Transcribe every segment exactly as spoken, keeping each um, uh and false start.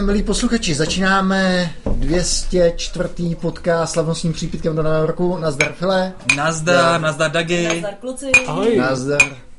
milí posluchači, začínáme dvě stě čtvrtý podcast slavnostním přípitkem do nového roku. Nazdar, File. Nazdar, nazdar, Dagi. Nazdar, kluci. Ahoj. Nazdar.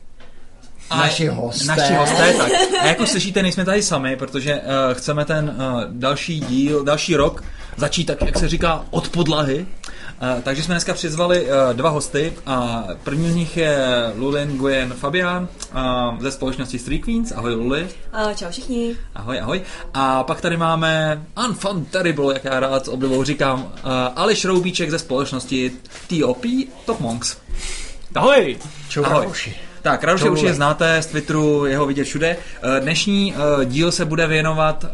A naši hosté. Naši hosté, tak. A jako slyšíte, nejsme tady sami, protože uh, chceme ten uh, další díl, další rok začít tak, jak se říká, od podlahy. Uh, takže jsme dneska přizvali uh, dva hosty a první z nich je Lulin Nguyen Fabian uh, ze společnosti Street Queens. Ahoj, Luli. Uh, čau všichni. Ahoj, ahoj. A pak tady máme Unfun Terrible, jak já rád s oblibou říkám, uh, Aleš Roubíček ze společnosti T O P Top Monks. Ahoj. Čau, ahoj. Radoši. Tak, Radoše už je znáte z Twitteru, jeho vidět všude. Dnešní díl se bude věnovat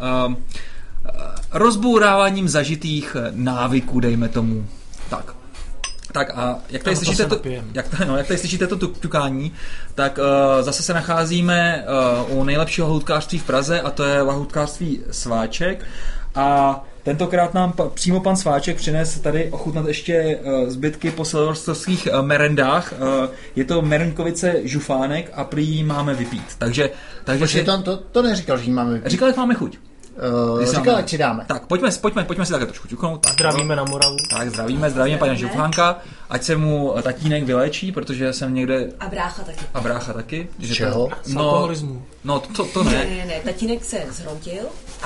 rozbouráváním zažitých návyků, dejme tomu. Tak. Tak a jak tady, slyšíte to, jak, no, jak tady slyšíte to ťukání, tak uh, zase se nacházíme uh, u nejlepšího houtkářství v Praze a to je houtkářství Sváček. A tentokrát nám pa, přímo pan Sváček přines tady ochutnat ještě uh, zbytky po silvestrovských uh, merendách. Uh, je to Merenkovice žufánek a prý máme vypít. Takže, takže Počkej, to, to, to neříkal, že jí máme vypít. Říkal, jak máme chuť. Uh, říkal, jak si dáme. Tak, pojďme, pojďme, pojďme si takhle trošku ťuknout. Tak, zdravíme na Moravu. Tak, zdravíme, zdravíme paní Žufánka, ať se mu tatínek vyléčí, protože jsem někde... A brácha taky. A brácha taky. Že čeho? To... Z alkoholismu. No, to, to ne. Ne, ne, ne, tatínek se zhroutil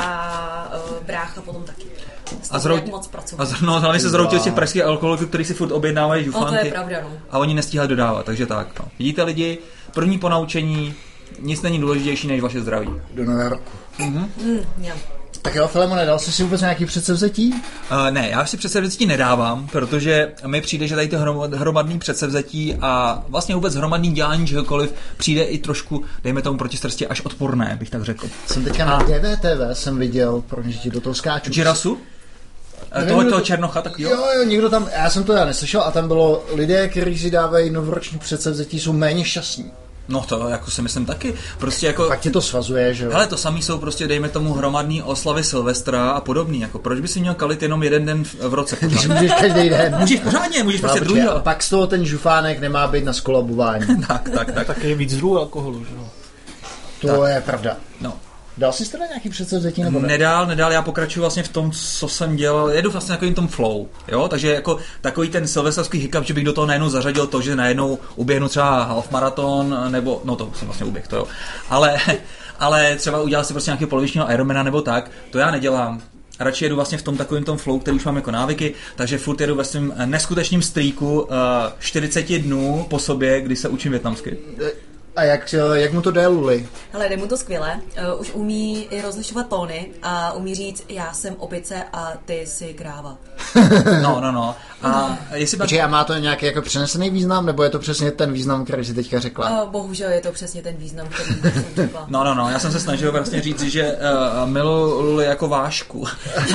a uh, brácha potom taky. A zrout... moc pracoval. A z... No, hlavně se zhroutil z těch pražských alkoholiků, který si furt objednávají žufánky. No, to je pravda, no. A oni nestíhali dodávat, takže tak. No. Vidíte lidi, první ponaučení, nic není důležitější než vaše zdraví. Do nového roku. Mhm. Mm, yeah. Tak jo, Filemone, dal jsi si vůbec nějaký předsevzetí? Uh, ne, já si předsevzetí nedávám, protože mi přijde, že tady ty hromadný předsevzetí a vlastně vůbec hromadný dělání čehokoliv přijde i trošku, dejme tomu proti srsti, až odporné, bych tak řekl. Jsem teďka na D V T V jsem viděl, protože ti do toho skáču. Girasu? Toho, toho Černocha, tak jo? Jo, jo, někdo tam, já jsem to já neslyšel a tam bylo lidé, kteří si dávají novoroční předsevzetí, jsou méně šťastní. No to jako si myslím taky, prostě jako... Pak tě to svazuje, že jo? Hele, to samý jsou prostě, dejme tomu, hromadný oslavy Silvestra a podobný, jako proč by si měl kalit jenom jeden den v, v roce? Když můžeš každý den. Můžeš pořádně, můžeš no, prostě druhý. A pak z toho ten žufánek nemá být na skolabování. tak, tak, tak. Tak je víc druhů alkoholu, že jo? To tak. je pravda. No. Dal jsi teda nějaký předsevzetí nebo ne? Nedál, nedál, já pokračuji vlastně v tom, co jsem dělal, jedu vlastně takovým tom flow, jo, takže jako takový ten silvestrovský hiccup, že bych do toho najednou zařadil to, že najednou uběhnu třeba half maraton, nebo, no to jsem vlastně uběh, to jo, ale, ale třeba udělal si prostě nějakého polovičního Ironmana nebo tak, to já nedělám. Radši jedu vlastně v tom takovém tom flow, který už mám jako návyky, takže furt jedu ve svém neskutečném streaku uh, čtyřicet dnů po sobě, kdy se učím vietnamsky. A jak, jak mu to jde, Luli? Hele, jde mu to skvěle. Uh, už umí i rozlišovat tóny a umí říct, já jsem opice a ty jsi kráva. No, no, no. A jestli Počkej, a má to nějaký jako přenesený význam, nebo je to přesně ten význam, který jsi teďka řekla? Uh, bohužel je to přesně ten význam, který jsem řekla. No, no, no, já jsem se snažil vlastně říct, že uh, miluji Luli jako vášku.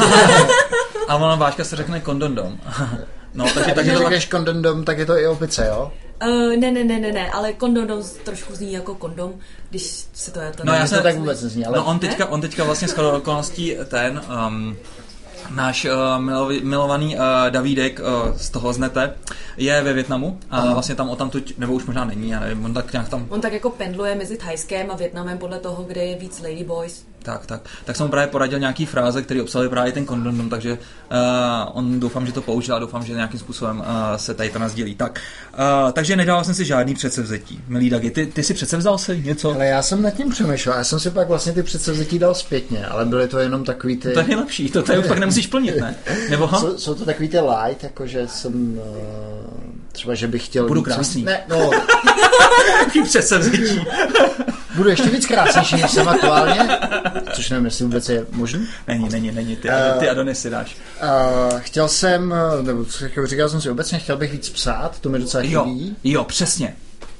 A ono váška se řekne kondondom. No, takže, takže Když to řekneš kondondom, tak je to i opice, jo? Uh, ne, ne, ne, ne, ne, ale kondom trošku zní jako kondom, když se to je to... No, já jsem jsem to tak vůbec nezní, ale... No, on teďka, on teďka vlastně shodou okolností ten... Um, náš uh, milovi, milovaný uh, Davídek uh, z toho z Nete je ve Vietnamu a uh-huh. vlastně tam o tamtuť, nebo už možná není, já nevím, on tak nějak tam... On tak jako pendluje mezi Thajskem a Vietnamem podle toho, kde je víc ladyboys. Tak, tak. Tak jsem mu právě poradil nějaký fráze, který obsahuje právě ten kondom, takže uh, on doufám, že to použil a doufám, že nějakým způsobem uh, se tady to nasdělí. Tak, uh, takže nedával jsem si žádný předsevzetí. Milý Dagi, ty, ty si předsevzal si něco? Ale já jsem nad tím přemýšlel, já jsem si pak vlastně ty předsevzetí dal zpětně, ale byly to jenom takový ty... To je nejlepší, to tady pak nemusíš plnit, ne? Nebo jsou, jsou to takový ty light, jakože jsem... Uh, třeba, že bych chtěl... Budu víc, krásný. Ne, no... Jaký předsevzetí? Budu ještě víc krásnější, než jsem aktuálně, což nevím, jestli vůbec je možný. Není, není, není, ty, uh, ty Adonis si dáš. Uh, chtěl jsem, nebo říkal jsem si obecně, chtěl bych víc psát, to mi docela chybí. Jo, jo, přesně.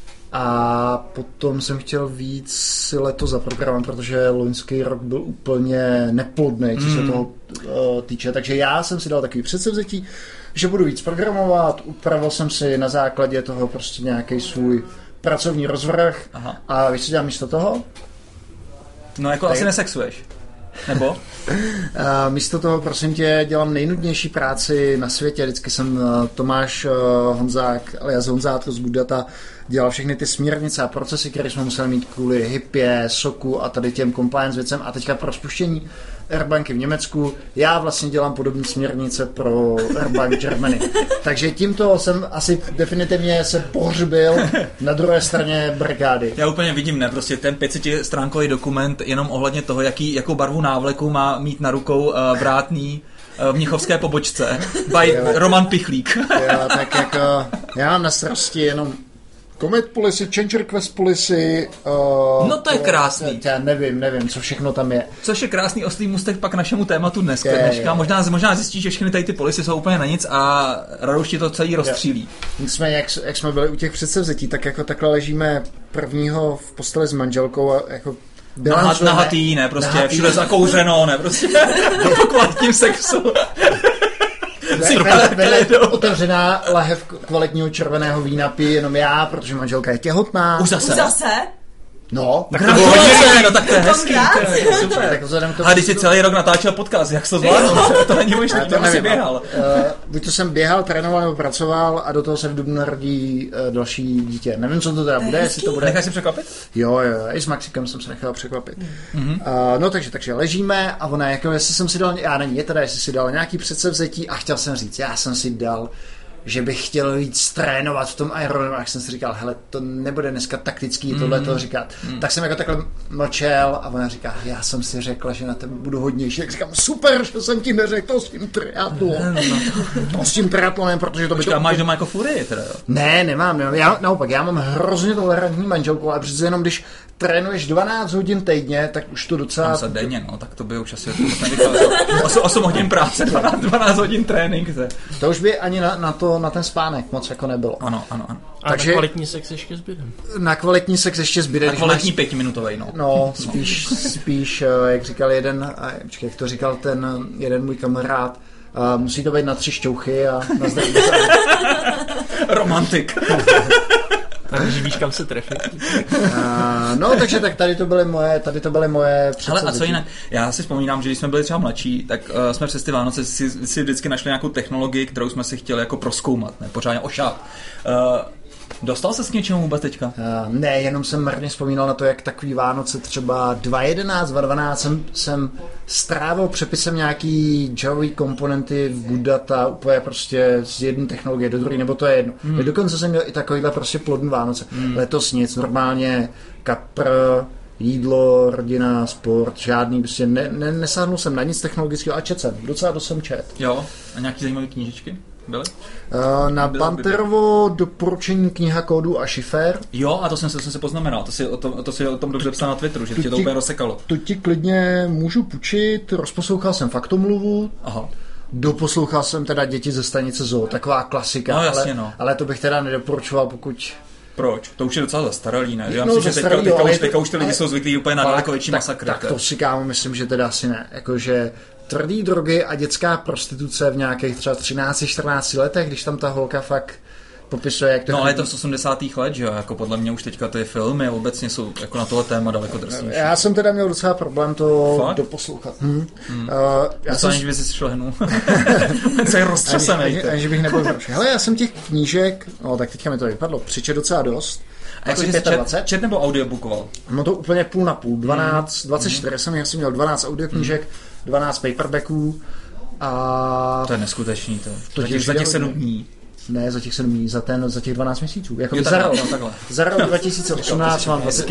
A potom jsem chtěl víc si letos zaprogramovat, protože loňský rok byl úplně neplodný, co se mm. toho uh, týče. Takže já jsem si dal takový předsevzetí, že budu víc programovat, upravil jsem si na základě toho prostě nějaký svůj pracovní rozvrh. Aha. A víš, co dělám místo toho? No jako tak... asi nesexuješ. Nebo? A místo toho, prosím tě, dělám nejnudnější práci na světě. Vždycky jsem Tomáš Honzák, alias Honzátko z Goodata, dělal všechny ty směrnice a procesy, které jsme museli mít kvůli hypě, soku a tady těm compliance věcem. A teďka pro rozpuštění airbanky v Německu, já vlastně dělám podobné směrnice pro Airbank Germany. Takže tímto jsem asi definitivně se pohřbil na druhé straně brigády. Já úplně vidím, ne, prostě ten pět set stránkový dokument jenom ohledně toho, jaký, jakou barvu návleku má mít na rukou uh, vrátný uh, v mnichovské pobočce by jo. Roman Pichlík. Jo, tak jako já mám na starosti jenom Commit Policy, Change Request Policy. Uh, no to je krásný. Já nevím, nevím, co všechno tam je. Což je krásný oslý můstek pak našemu tématu dneska. Je, dneška. Je. Možná, možná zjistíš, že všechny tady ty policy jsou úplně na nic a Radoš ti to celý rozstřílí. Je. Nicméně, jak, jak jsme byli u těch předsevzetí, tak jako takhle ležíme prvního v posteli s manželkou a jako Nahat, nahatý, ne, prostě nahatý. Všude zakouřeno, ne, prostě po kvalitním sexu. Vedle otevřená lahev kvalitního červeného vína pije jenom já, protože manželka je těhotná. Už zase? Už zase? No. Tak to bylo hodně, no tak to je hezký. To je super. Tak a když jsi celý rok natáčel podcast, jak jsi to zvládl? To není možné, to asi běhal. Uh, buď to jsem běhal, trénoval nebo pracoval a do toho se v dubnu narodí uh, další dítě. Nevím, co to teda bude, jestli to bude. Necháš si překvapit? Jo, jo, i s Maxikem jsem se nechal překvapit. Mm-hmm. Uh, no takže, takže ležíme a ona jako, jestli jsem si dal, já není, je teda, jestli si dal nějaký předsevzetí a chtěl jsem říct, já jsem si dal, že bych chtěl víc trénovat v tom Ironu, a jak jsem si říkal, hele, to nebude dneska taktický mm. tohle to říkat. Mm. Tak jsem jako takhle mlčel a ona říká, já jsem si řekla, že na tebe budu hodnější. Jak říkám, super, že jsem ti neřekl s tím triatlonem. No, s tím triatlonem, protože to by Počkej, to... a máš doma jako furii teda, jo? Ne, nemám, nemám. Já, naopak, já mám hrozně tolerantní manželku, ale přece jenom když trénuješ dvanáct hodin týdně, tak už to docela... Tam se denně, no, tak to by už asi osm hodin práce, dvanáct, dvanáct hodin trénink. To, to už by ani na, na, to, na ten spánek moc jako nebylo. Ano, ano, ano. A takže, na kvalitní sex ještě zbydem. Na kvalitní sex ještě zbydem. Na kvalitní máš... pětiminutovej, no. No, spíš, spíš, jak říkal jeden, jak to říkal ten jeden můj kamarád, Uh, musí to být na tři šťouchy a na zdraví. Romantik. Takže víš, kam se trefí. Uh, no, takže tak tady to byly moje, tady to byly moje předsevzetí. Ale a co jinak? Já si vzpomínám, že když jsme byli třeba mladší, tak uh, jsme přes ty Vánoce si, si vždycky našli nějakou technologii, kterou jsme si chtěli jako prozkoumat, ne, pořádně ošát. Uh, Dostal se s něčemu vůbec teďka? Uh, ne, jenom jsem marně vzpomínal na to, jak takový Vánoce třeba dva jedenáct, dva dvanáct jsem, jsem strávil přepisem nějaký javový komponenty v good data úplně prostě z jedné technologie do druhé, nebo to je jedno. Hmm. Dokonce jsem měl i takovýhle prostě plodný Vánoce. Hmm. Letos nic, normálně kapr, jídlo, rodina, sport, žádný, prostě ne, ne, nesáhnul jsem na nic technologického a čet jsem. Docela to jsem čet. Jo, a nějaký zajímavé knížečky? Byly? Uh, na Banterovo doporučení kniha kódu a šifér. Jo, a to jsem se, jsem se poznamenal, to si o tom, to si o tom dobře psal na Twitteru, že tě to úplně rozsekalo. To ti klidně můžu půjčit, rozposlouchal jsem Faktomluvu. Aha. Doposlouchal jsem teda Děti ze stanice Zoo, taková klasika, no, jasně, ale, no. ale to bych teda nedoporučoval, pokud... Proč? To už je docela zastaralý, ne? Já no, myslím, že teďka, teďka, už, teďka už ty lidi ale, jsou zvyklí úplně na daleko větší masakr. Tak to si kámo, myslím, že teda asi ne. Jakože tvrdý drogy a dětská prostituce v nějakých třeba třináct čtrnáct letech, když tam ta holka fakt popisuje, jak to... No ale je to z osmdesátých let, že jo? Jako podle mě už teďka ty filmy obecně jsou jako na tohle téma daleko drsnější. Já jsem teda měl docela problém to Fakt? doposlouchat. Hm. Hmm. Uh, já jsem... Aniž by si šlehnul. Co je roztřasený. Aniž, aniž bych nebyl vročný. Hele, já jsem těch knížek, no tak teďka mi to vypadlo, přičet docela dost. A jako, že jsi čet, čet nebo audiobookoval? No to úplně půl na půl. dvanáct, dvacet čtyři mm. jsem, já jsem měl dvanáct audioknížek, mm. dvanáct paperbacků a... To je neskutečný to. to za těch, za těch sedm dní. Ne, za těch sedm dní, za, ten, za těch dvanáct měsíců. Jako jo, za, rok, no, za rok dva tisíce osmnáct mám, dvacet,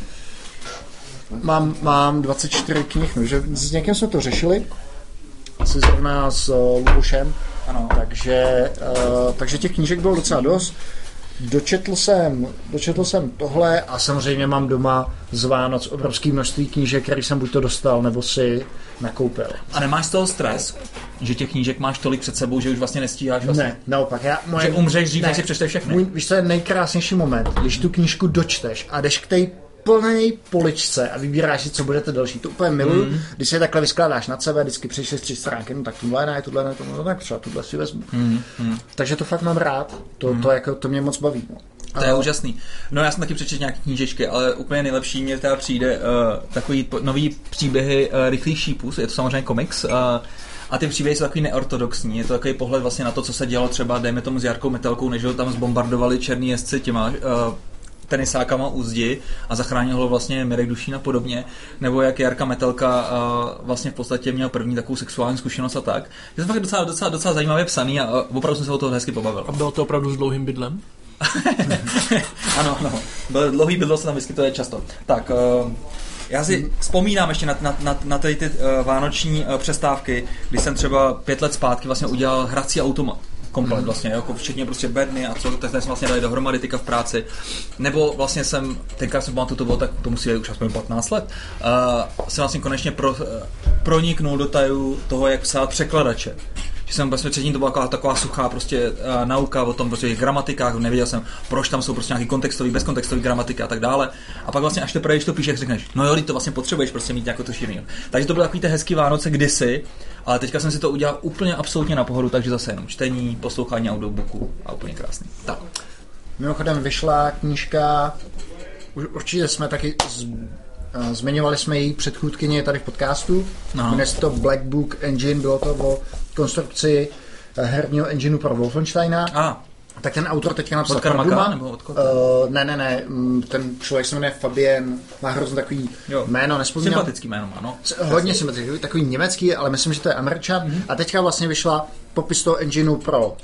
mám, mám dvacet čtyři knih, no, že s někým jsme to řešili, asi zrovna s uh, Lubošem, ano. Takže, uh, takže těch knížek bylo docela dost. Dočetl jsem, dočetl jsem tohle a samozřejmě mám doma z Vánoc obrovský množství knížek, který jsem buď to dostal, nebo si nakoupil. A nemáš z toho stres, že těch knížek máš tolik před sebou, že už vlastně nestíháš vlastně? Ne, naopak. Já, moje, že umřeš dřív, než si přečteš všechny? Můj, víš, to je nejkrásnější moment, když tu knížku dočteš a jdeš k té plnej poličce a vybíráš si, co budete další. To úplně miluju, mm. když se takhle vyskládáš nad sebe, vždycky přišli tři stránky, no tak tuhle ne, tuhle ne, tuhle ne, tak třeba tuhle si vezmu. Mm. Mm. Takže to fakt mám rád, to, mm. to, jako, to mě moc baví. No. To je úžasný. No já jsem taky přečetl nějaké knížečky, ale úplně nejlepší mě teda přijde uh, takový nový příběhy uh, Rychlých šípů, je to samozřejmě komiks, uh, a ty příběhy jsou takový neortodoxní. Je to takový pohled vlastně na to, co se dělo třeba, dejme tomu s Jarkou Metelkou, než ho tam zbombardovali černý jezdci těma uh, tenisákama u zdi a zachránil ho vlastně Mirek Dušín a podobně, nebo jak Jarka Metelka uh, vlastně v podstatě měl první takovou sexuální zkušenost a tak. Je to fakt docela, docela, docela zajímavě psaný a uh, opravdu jsem se o toho hezky pobavil. A bylo to opravdu s dlouhým bydlem? Ano, ano. Dlouhý bydlo se tam vyskytuje často. Tak, uh, já si vzpomínám ještě na, na, na, na ty, ty uh, vánoční uh, přestávky, kdy jsem třeba pět let zpátky vlastně udělal hrací automat. Komplet vlastně, jako včetně prostě bedny a co, tak jsme vlastně dali dohromady teďka v práci. Nebo vlastně jsem, tenkrát jsem pamatuju, to bylo tak, to musí být už aspoň patnáct let, uh, jsem vlastně konečně pro, uh, proniknul do tajů toho, jak psát překladače. Že jsem vlastně předtím to byla taková, taková suchá prostě uh, nauka o tom prostě gramatikách, nevěděl jsem, proč tam jsou prostě nějaký kontextový, bezkontextový gramatiky a tak dále. A pak vlastně až teprve, když to píšeš, řekneš, no jo, to vlastně potřebuješ prostě mít nějakou tu šíření. Takže to byly takový ty hezký Vánoce kdysi, ale teďka jsem si to udělal úplně absolutně na pohodu, takže zase jenom čtení, poslouchání audiobooku a úplně krásný. Tak. Mimochodem vyšla knížka, určitě jsme taky z, uh, zmiňovali jsme její předchůdkyně tady v podcastu, jmenuje se to Black Book Engine, bylo to o konstrukci herního engineu pro Wolfensteina. A. Tak ten autor teďka napsal od Karmaka, nebo od uh, Ne, ne, ne, ten člověk se jmenuje Fabien, má hrozně takový jo. jméno, nespomínám. Sympatický jméno, ano. Hodně sympatický, takový německý, ale myslím, že to je Američan. Mm-hmm. A teďka vlastně vyšla popis toho engineu pro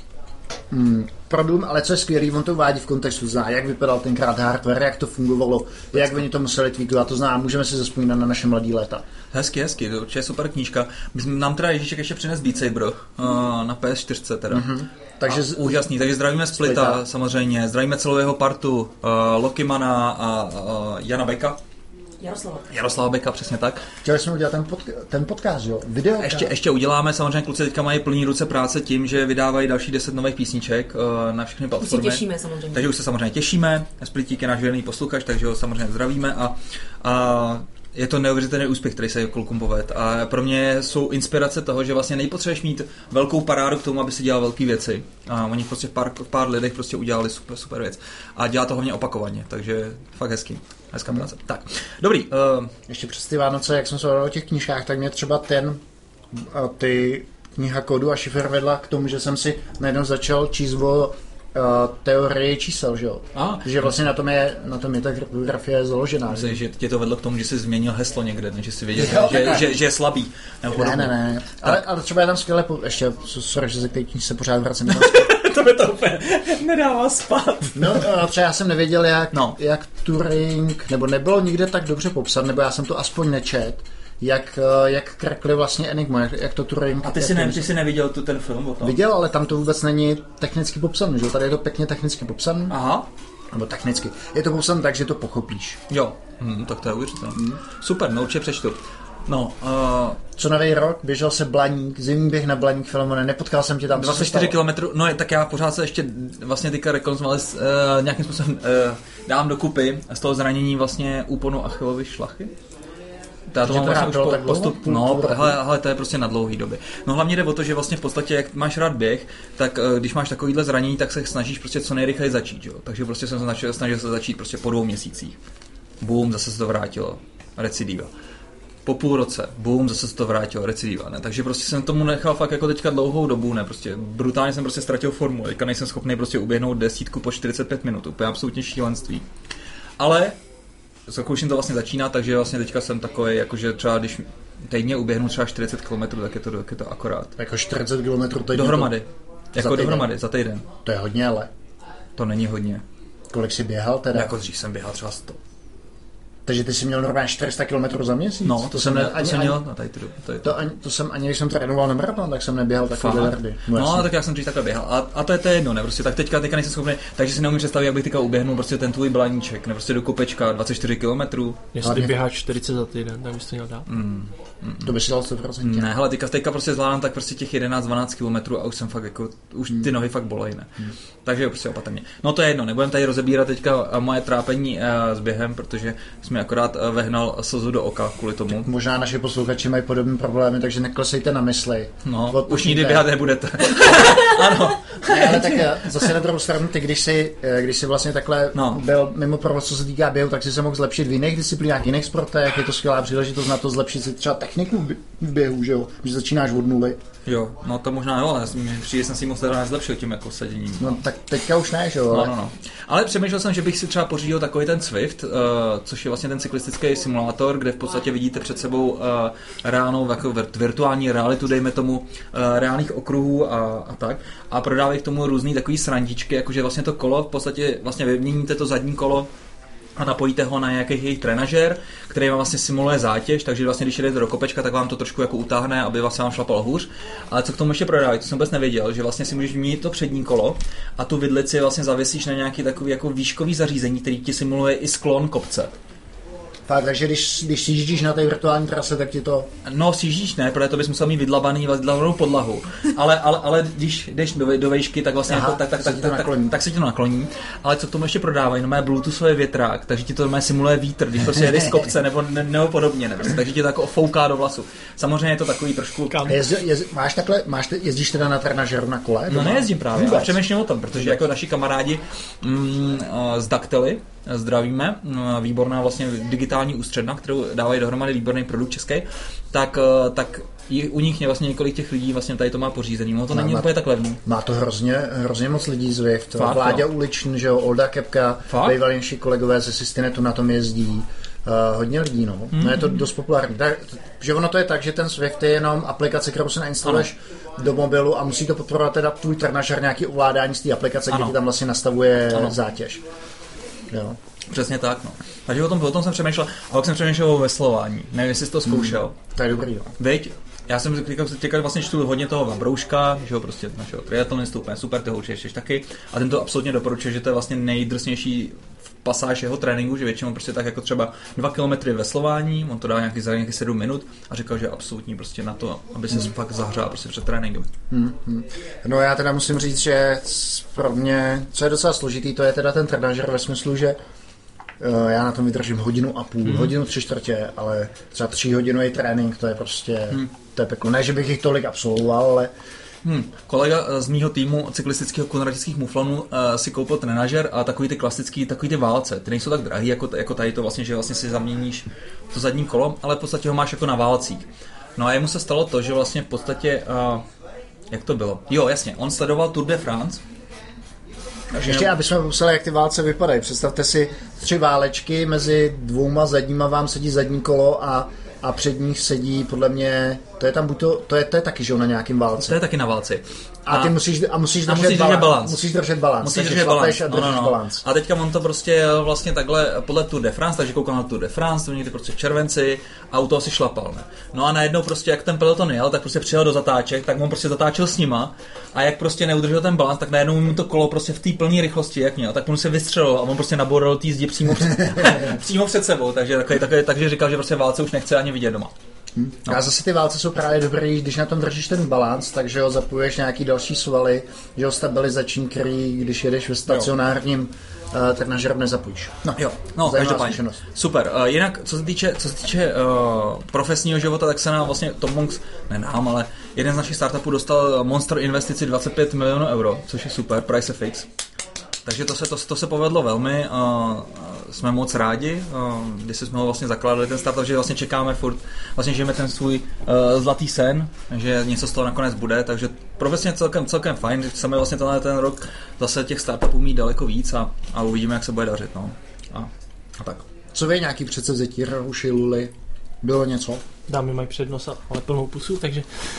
mm, pro Doom, ale co je skvělý, on to uvádí v kontextu, zná, jak vypadal tenkrát hardware, jak to fungovalo, jak oni to museli tweakovat, to zná, můžeme si zaspomínat na naše mladý léta. Hezky, hezky, to je super knížka. Nám teda Ježíšek ještě přines Beat Saber uh, na P S čtyři teda. Mm-hmm. Takže z... úžasný, takže zdravíme Splita, Splita samozřejmě, zdravíme celou jeho partu, uh, Lokimana a uh, Jana Beka. Jaroslava. Jaroslava Beka, přesně tak. Chtěli jsme udělat ten, podca- ten podcast, jo? Video. Ještě, ještě uděláme, samozřejmě kluci teďka mají plný ruce práce tím, že vydávají další deset nových písniček uh, na všechny platformy. Už se těšíme samozřejmě. Takže už se samozřejmě těšíme. Splitík je náš věrný posluchač, takže ho samozřejmě zdravíme a, a je to neuvěřitelný úspěch, který se klukům poved. A pro mě jsou inspirace toho, že vlastně nejpotřebuješ mít velkou parádu k tomu, aby si dělal velké věci. A oni prostě v pár, v pár lidech prostě udělali super, super věc. A dělá to hlavně opakovaně, takže fakt hezký. Hezká hmm. práce. Tak, dobrý. Uh... Ještě přes ty Vánoce, jak jsem se o těch knížkách, tak mě třeba ten, ty kniha kódu a šifr vedla k tomu, že jsem si najednou začal číst o Uh, teorie čísel, že jo? Ah, že vlastně na tom je, na tom je ta kryptografie založená. Myslím, že tě to vedlo k tomu, že jsi změnil heslo někde, než jsi věděl, jo, že, že, že je slabý. Ne, ne, ne. Ale, ale třeba je tam skvěle, po... ještě, sorry, že se k té knížce se pořád vracím. To by to úplně nedává spát. No, třeba já jsem nevěděl, jak, no. jak Turing, nebo nebylo nikde tak dobře popsat, nebo já jsem to aspoň nečet, jak, jak krakli vlastně Enigma, jak, jak to Turing... A ty jsi, ne, ty jsi neviděl tu, ten film o tom? Viděl, ale tam to vůbec není technicky popsané, že? Tady je to pěkně technicky popsané. Aha. Nebo technicky. Je to popsané tak, že to pochopíš. Jo, hm, tak to je uvěřitelné. Hmm. Super, no určitě přečtu. No, uh... co nový rok, běžel se Blaník, zimní běh na Blaník Filmone, nepotkal jsem tě tam. dvacet čtyři kilometrů, no tak já pořád se ještě vlastně teďka rekonzumovali, uh, nějakým způsobem uh, dám dokupy z toho zranění vlastně úponu Achillovy šlachy. Já to mám vlastně už po, postup, no, hele, hele, to je prostě na dlouhý doby. No hlavně jde o to, že vlastně v podstatě, jak máš rád běh, tak uh, když máš takovýhle zranění, tak se snažíš prostě co nejrychleji začít, jo. Takže prostě jsem se snažil, snažil se začít prostě po dvou měsících. Bum, zase se to vrátilo. Recidiva. Po půl roce, bum, zase se to vrátilo, recidiva, ne? Takže prostě jsem tomu nechal fakt jako teďka dlouhou dobu, ne? Prostě brutálně jsem prostě ztratil formu, teďka nejsem schopný prostě uběhnout desítku po čtyřicet pět minut, úplně absolutně šílenství. Ale zkouším to vlastně začínat, takže vlastně teďka jsem takový, jakože třeba když týdně uběhnu třeba čtyřicet kilometrů, tak je to, tak je to akorát. Jako čtyřicet kilometrů týdně? Dohromady. To... Jako za dohromady, za týden. To je hodně, ale. To není hodně. Kolik jsi běhal teda? Jako dřív jsem běhal třeba sto. Takže ty jsi měl normálně čtyři sta kilometrů za měsíc? No, to, to jsem, ne, to ani, jsem měl na tady to, to, to, ani, to jsem ani, když jsem trénoval na maraton, tak jsem neběhal takové dardy. No, no tak já jsem dřív takhle běhal. A, a to je to jedno, ne? Prostě tak teďka, teďka nejsem schopný, takže si neumím představit, jak bych teďka uběhnul prostě ten tvůj Blaníček, ne? Prostě do kopečka dvacet čtyři kilometrů. Jestli hlavně... běháš čtyřicet za týden, tak bys to měl dát. Mm, mm, to by si dal sto procent. Ne, hele, teďka, teďka prostě zvládám tak prostě těch jedenáct dvanáct kilometrů a už jsem fakt jako, už ty nohy fakt bolej, ne? Mm. Takže prostě opatrně. No to je jedno, nebudem tady rozebírat teďka moje trápení uh, s během, protože mi akorát vehnal slzu do oka kvůli tomu. Tak možná naši posluchači mají podobné problémy, takže neklesejte na mysli. No, Odpočíte. Už nikdy běhat nebudete. Ano. Ne, ale tak zase na druhou stranu, ty když jsi, když jsi vlastně takhle no. byl mimo provoz, co se týká běhu, tak jsi se mohl zlepšit v jiných disciplínách, jiných sportech, je to skvělá příležitost na to zlepšit si třeba techniku v běhu, že jo, že začínáš od nuly. Jo, no to možná jo, ale přijde jsem si moc teda nezlepšil tím jako seděním. No tak teďka už ne, že jo. No, no, no. Ale přemýšlel jsem, že bych si třeba pořídil takový ten Zwift, uh, což je vlastně ten cyklistický simulátor, kde v podstatě vidíte před sebou uh, reálnou jako virtuální realitu, dejme tomu, uh, reálných okruhů a, a tak. A prodávají k tomu různý takový srandičky, jakože vlastně to kolo, v podstatě vlastně vyměníte to zadní kolo a napojíte ho na nějaký jejich trenažér, který vám vlastně simuluje zátěž, takže vlastně když jdete do kopečka, tak vám to trošku jako utáhne, aby vás vám šlapalo hůř. Ale co k tomu ještě prodávají, to jsem vůbec nevěděl, že vlastně si můžeš vyměnit to přední kolo a tu vidlici vlastně zavěsíš na nějaký takový jako výškový zařízení, který ti simuluje i sklon kopce. Fakt, takže když, když sjíždíš na té virtuální trase, tak ti to... No, sjíždíš ne, protože to bys musel mít vydlabaný, vydlabanou podlahu. Ale, ale, ale když jdeš do, do vejšky, tak vlastně Aha, jako, tak, tak, tak, tak, tak, tak se ti to nakloní. Ale co k tomu ještě prodávají? No, má bluetoothové větrák, takže ti to má simuluje vítr, když prostě jedeš z kopce nebo, ne, nebo podobně, ne, takže ti to jako fouká do vlasu. Samozřejmě je to takový trošku... Jezdi, jezdi, máš takhle, máš, jezdíš teda na trenažeru na kole? No nejezdím právě, ale přemýšlím o tom, protože jako naši kamarádi mm, z Daktely, zdravíme, výborná vlastně digitální ústředna, kterou dávají dohromady výborný produkt český, tak, tak i u nich je vlastně několik těch lidí vlastně tady to má pořízený, no to není má, úplně tak levný. Má to hrozně, hrozně moc lidí Zwift, Vláďa Uličný, že jo, Olda Kepka, bývalí naši kolegové ze Systinetu na tom jezdí, uh, hodně lidí, no. Mm. No je to dost populární. Tak, že ono to je tak, že ten Zwift je jenom aplikace, kterou si nainstaluješ do mobilu a musí to podporovat teda tvůj trenažer nějaký ovládání z té aplikace, ano. Kde ti tam vlastně nastavuje ano. zátěž. Jo. Přesně tak, no. Takže o tom, o tom jsem přemýšlel, a pak jsem přemýšlel o veslování. Nevím, jestli jsi to zkoušel. Hmm, to je dobrý, jo. Veď, já jsem teďka vlastně čtu hodně toho Vabrouška, že jo, prostě našeho triatlonistu, úplně super, toho určitě ještě taky. A ten to absolutně doporučuje, že to je vlastně nejdrsnější pasáž jeho tréninku, že většinou prostě tak jako třeba dva kilometry veslování, on to dá nějaký za nějaký sedm minut a říkal, že absolutně prostě na to, aby se hmm. fakt zahřál prostě před tréninkem. Hmm, hmm. No já teda musím říct, že pro mě, co je docela složitý, to je teda ten trenažer ve smyslu, že uh, já na tom vydržím hodinu a půl, hmm. hodinu tři čtvrtě, ale třeba tříhodinový trénink, to je prostě, hmm. to je peklo. Ne, že bych jich tolik absolvoval, ale Hmm. Kolega z mýho týmu cyklistického konradických muflonů uh, si koupil trenažer a takový ty klasický, takový ty válce, ty nejsou tak drahý jako, jako tady to vlastně, že vlastně si zaměníš to zadní kolo, ale v podstatě ho máš jako na válcích. No a jemu se stalo to, že vlastně v podstatě, uh, jak to bylo? Jo, jasně, on sledoval Tour de France. Takže ještě, aby jsme popsali, jak ty válce vypadají. Představte si tři válečky, mezi dvouma zadníma vám sedí zadní kolo a a před nich sedí, podle mě, to je tam buď to, to je, to je taky, že na nějakým válci. To je taky na válci. A, a ty musíš, a musíš, a držet, musíš držet balans. Musíš držet balans. Musíš držet balans. A, no, no, no. balans. A teďka on to prostě vlastně takhle podle Tour de France, takže koukal na Tour de France, to někdy prostě v červenci a u toho si šlapal. Ne? No a najednou prostě, jak ten peloton jel, tak prostě přijel do zatáček, tak on prostě zatáčel s nima a jak prostě neudržel ten balans, tak najednou mu to kolo prostě v té plné rychlosti, jak měl, tak on se vystřelil a on prostě nabouril tý zdi přímo před, přímo před sebou, takže takový, takový, takže říkal, že prostě válce už nechce ani vidět doma. Hmm. No. A zase ty válce jsou právě dobrý, když na tom držíš ten balans, takže ho zapojuješ nějaký další svaly, že ho stabilizační, který, když jedeš ve stacionárním uh, trenažeru, nezapojíš. No jo, no, každopádně. Super. Uh, jinak, co se týče, co se týče uh, profesního života, tak se nám vlastně Tom Monks, ne nám, ale jeden z našich startupů dostal Monster investici dvacet pět milionů euro, což je super, price fix. Takže to se, to, to se povedlo velmi, uh, jsme moc rádi, uh, když jsme ho vlastně zakládali ten startup, že vlastně čekáme furt, vlastně žijeme ten svůj uh, zlatý sen, že něco z toho nakonec bude, takže profesně celkem, celkem fajn, že chceme vlastně tenhle ten rok zase těch startupů mít daleko víc a, a uvidíme, jak se bude dařit, no. A, a tak. Co vy nějaký předsevzetí, Rahuši, Luli? Bylo něco? Dámy mají přednost, ale plnou pusu, takže...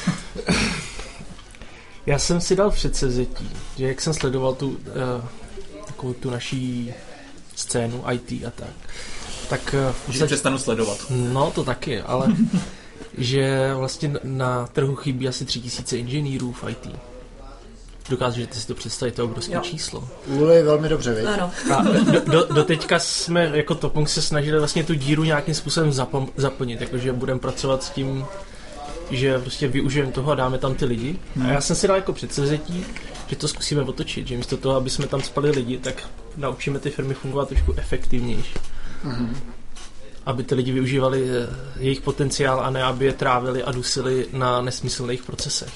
Já jsem si dal předsevzetí, že jak jsem sledoval tu... Uh, takovou tu naší scénu í té a tak. Tak že se přestanu sledovat. No, to taky, ale že vlastně na trhu chybí asi tři tisíce inženýrů v í té. Dokážete si to představit, to je obrovské číslo. Luli velmi dobře, viď? Ano. A do, do, do teďka jsme jako Topong se snažili vlastně tu díru nějakým způsobem zapom, zaplnit, jakože budeme pracovat s tím, že prostě využijeme toho a dáme tam ty lidi. Hmm. A já jsem si dal jako předsevzetí, že to zkusíme otočit, že místo toho, aby jsme tam spali lidi, tak naučíme ty firmy fungovat trošku efektivnější. Mm-hmm. aby ty lidi využívali jejich potenciál a ne aby je trávili a dusili na nesmyslných procesech.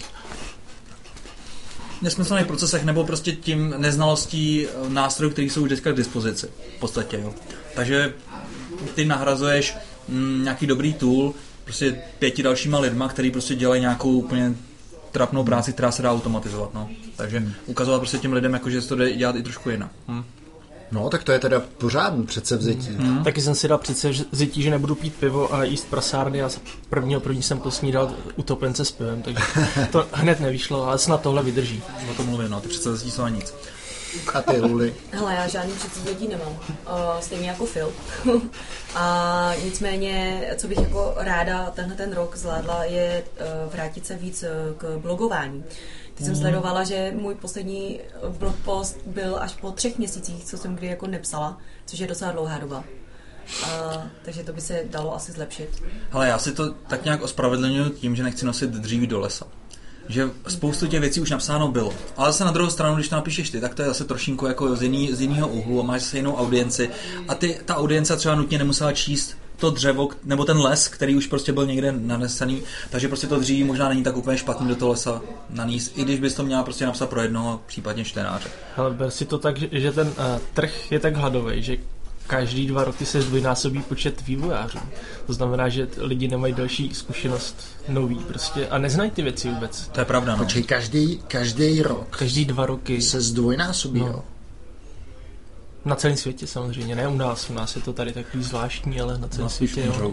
Nesmyslných procesech nebo prostě tím neznalostí nástrojů, které jsou už dneska k dispozici. V podstatě, jo. Takže ty nahrazuješ mm, nějaký dobrý tool prostě pěti dalšíma lidma, který prostě dělají nějakou úplně trapnou práci, která se dá automatizovat. No. Takže ukazovat prostě těm lidem, jako, že se to jde dělat i trošku jinak. Hm. No, tak to je teda pořádný předsevzetí. Hmm. Taky jsem si dal předsevzetí, že nebudu pít pivo a jíst prasárny a prvního první jsem posnídal utopence s pivem, takže to hned nevyšlo, ale snad tohle vydrží. O tom mluvím, no, ty předsevzetí jsou nic. A ty Luli? Hele, já žádný předsevzetí nemám, uh, stejně jako Phil. A nicméně, co bych jako ráda tenhle ten rok zvládla, je uh, vrátit se víc uh, k blogování. Teď jsem sledovala, že můj poslední blogpost byl až po třech měsících, co jsem kdy jako nepsala, což je docela dlouhá doba. Uh, takže to by se dalo asi zlepšit. Ale já si to tak nějak ospravedlňuji tím, že nechci nosit dříví do lesa. Že spoustu těch věcí už napsáno bylo. Ale zase na druhou stranu, když to napíšeš ty, tak to je zase trošinku jako z, jiný, z jiného úhlu a máš zase jinou audienci. A ty, ta audience třeba nutně nemusela číst to dřevo, nebo ten les, který už prostě byl někde nanesený, takže prostě to dříví možná není tak úplně špatný do toho lesa naníst, i když bys to měla prostě napsat pro jednoho, případně čtenáře. Ale ber si to tak, že, že ten uh, trh je tak hladový, že každý dva roky se zdvojnásobí počet vývojářů. To znamená, že lidi nemají další zkušenost nový prostě a neznají ty věci vůbec. To je pravda, no. Počkej, každý, každý rok každý dva roky se zdvojnásobí, no. Jo? Na celém světě samozřejmě, ne u nás, u nás je to tady takový zvláštní, ale na celém no, světě, jo.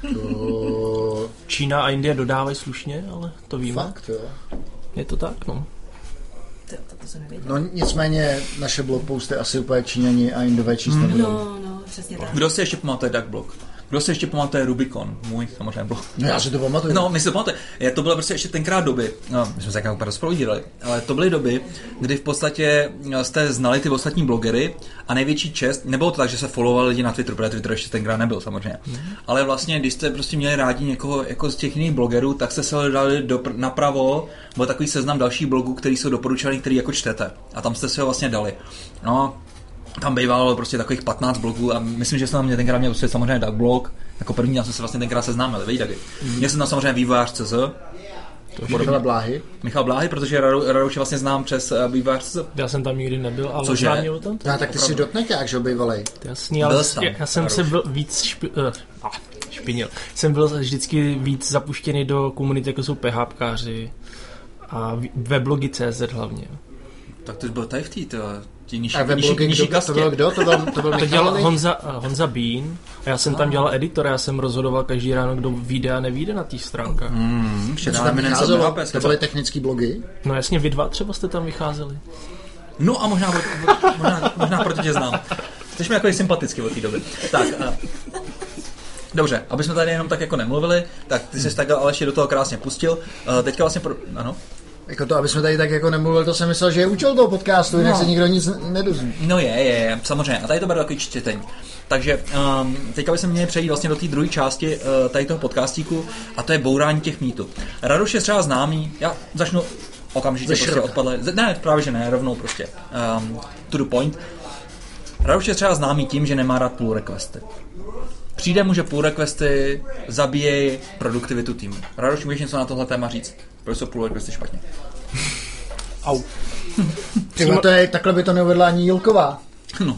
To... Čína a Indie dodávají slušně, ale to víme. Fakt, jo. Je to tak, no. To, to se no nicméně naše blogposty asi úplně Číňani a Indové číst mm. nebudou. No, no, přesně tak. Kdo si ještě pamatuje Duckblog? Kdo si ještě pamatuje Rubicon? Můj samozřejmě blog. No já si to pamatuju. No, my si to pamatuje. To bylo prostě ještě tenkrát doby, no, my jsme se nějak úplně rozproudili, ale to byly doby, kdy v podstatě jste znali ty ostatní blogery a největší čest, nebylo to tak, že se followovali lidi na Twitteru, protože Twitter ještě tenkrát nebyl samozřejmě, mm. ale vlastně, když jste prostě měli rádi někoho jako z těch jiných blogerů, tak jste se dali dopr- napravo, byl takový seznam dalších blogů, který jsou doporučovaný, který jako čtete a tam jste si ho vlastně dali. No, tam bývalo prostě takových patnáct blogů a myslím, že jsem tam mě tenkrát měl prostě samozřejmě Duckblog, jako první já jsem se vlastně tenkrát seznámil, víš taky. Mm. Měl jsem tam samozřejmě vývojář tečka cé zet. Michal Bláhy. Michal Bláhy, protože Radouše vlastně znám přes uh, vývojář tečka cé zet. Já jsem tam nikdy nebyl, ale Cože? znám tam. No, tak ty jsi dotneťák, že obývalej. Jasný, ale já, já jsem se byl víc špi, uh, ah, špinil. Jsem byl vždycky víc zapuštěný do komunity, jako jsou PHPkáři a weblogy tečka cé zet hlavně. Tak to byl tady v té, ti nižší, a weblogy, nižší kdo, to byl kdo? To byl, to byl to dělal Honza, Honza Bean a já jsem tam dělal editor, já jsem rozhodoval každý ráno, kdo vyjde a nevyjde na těch stránkách. Mm, to byly technické blogy? No jasně, vy dva třeba jste tam vycházeli. No a možná, možná, možná proto tě znám. Jsi mi jako sympatický od té doby. Tak, a... Dobře, aby jsme tady jenom tak jako nemluvili, tak ty jsi tak Aleši do toho krásně pustil. Uh, teďka vlastně, pro... ano? Jako to, aby jsme tady tak jako nemluvili, to jsem myslel, že je účel toho podcastu, jinak no. se nikdo nic nedozví. No je, je, je, samozřejmě. A tady to bude takový čtení. Takže um, teďka bychom měli přejít vlastně do té druhé části uh, tady toho podcastíku a to je bourání těch mýtů. Radoš je třeba známý, já začnu okamžitě prostě odpadle. Ne, právě že ne, rovnou prostě. Um, to the point. Radoš je třeba známý tím, že nemá rád pull requesty. Přijde mu, že pull requesty zabíjejí produktivitu týmu. Radoš, můžeš něco na tohle téma říct? Proč jsou pull requesty špatně? Au. Přímo to je, takhle by to neuvedla ani Jilková. No.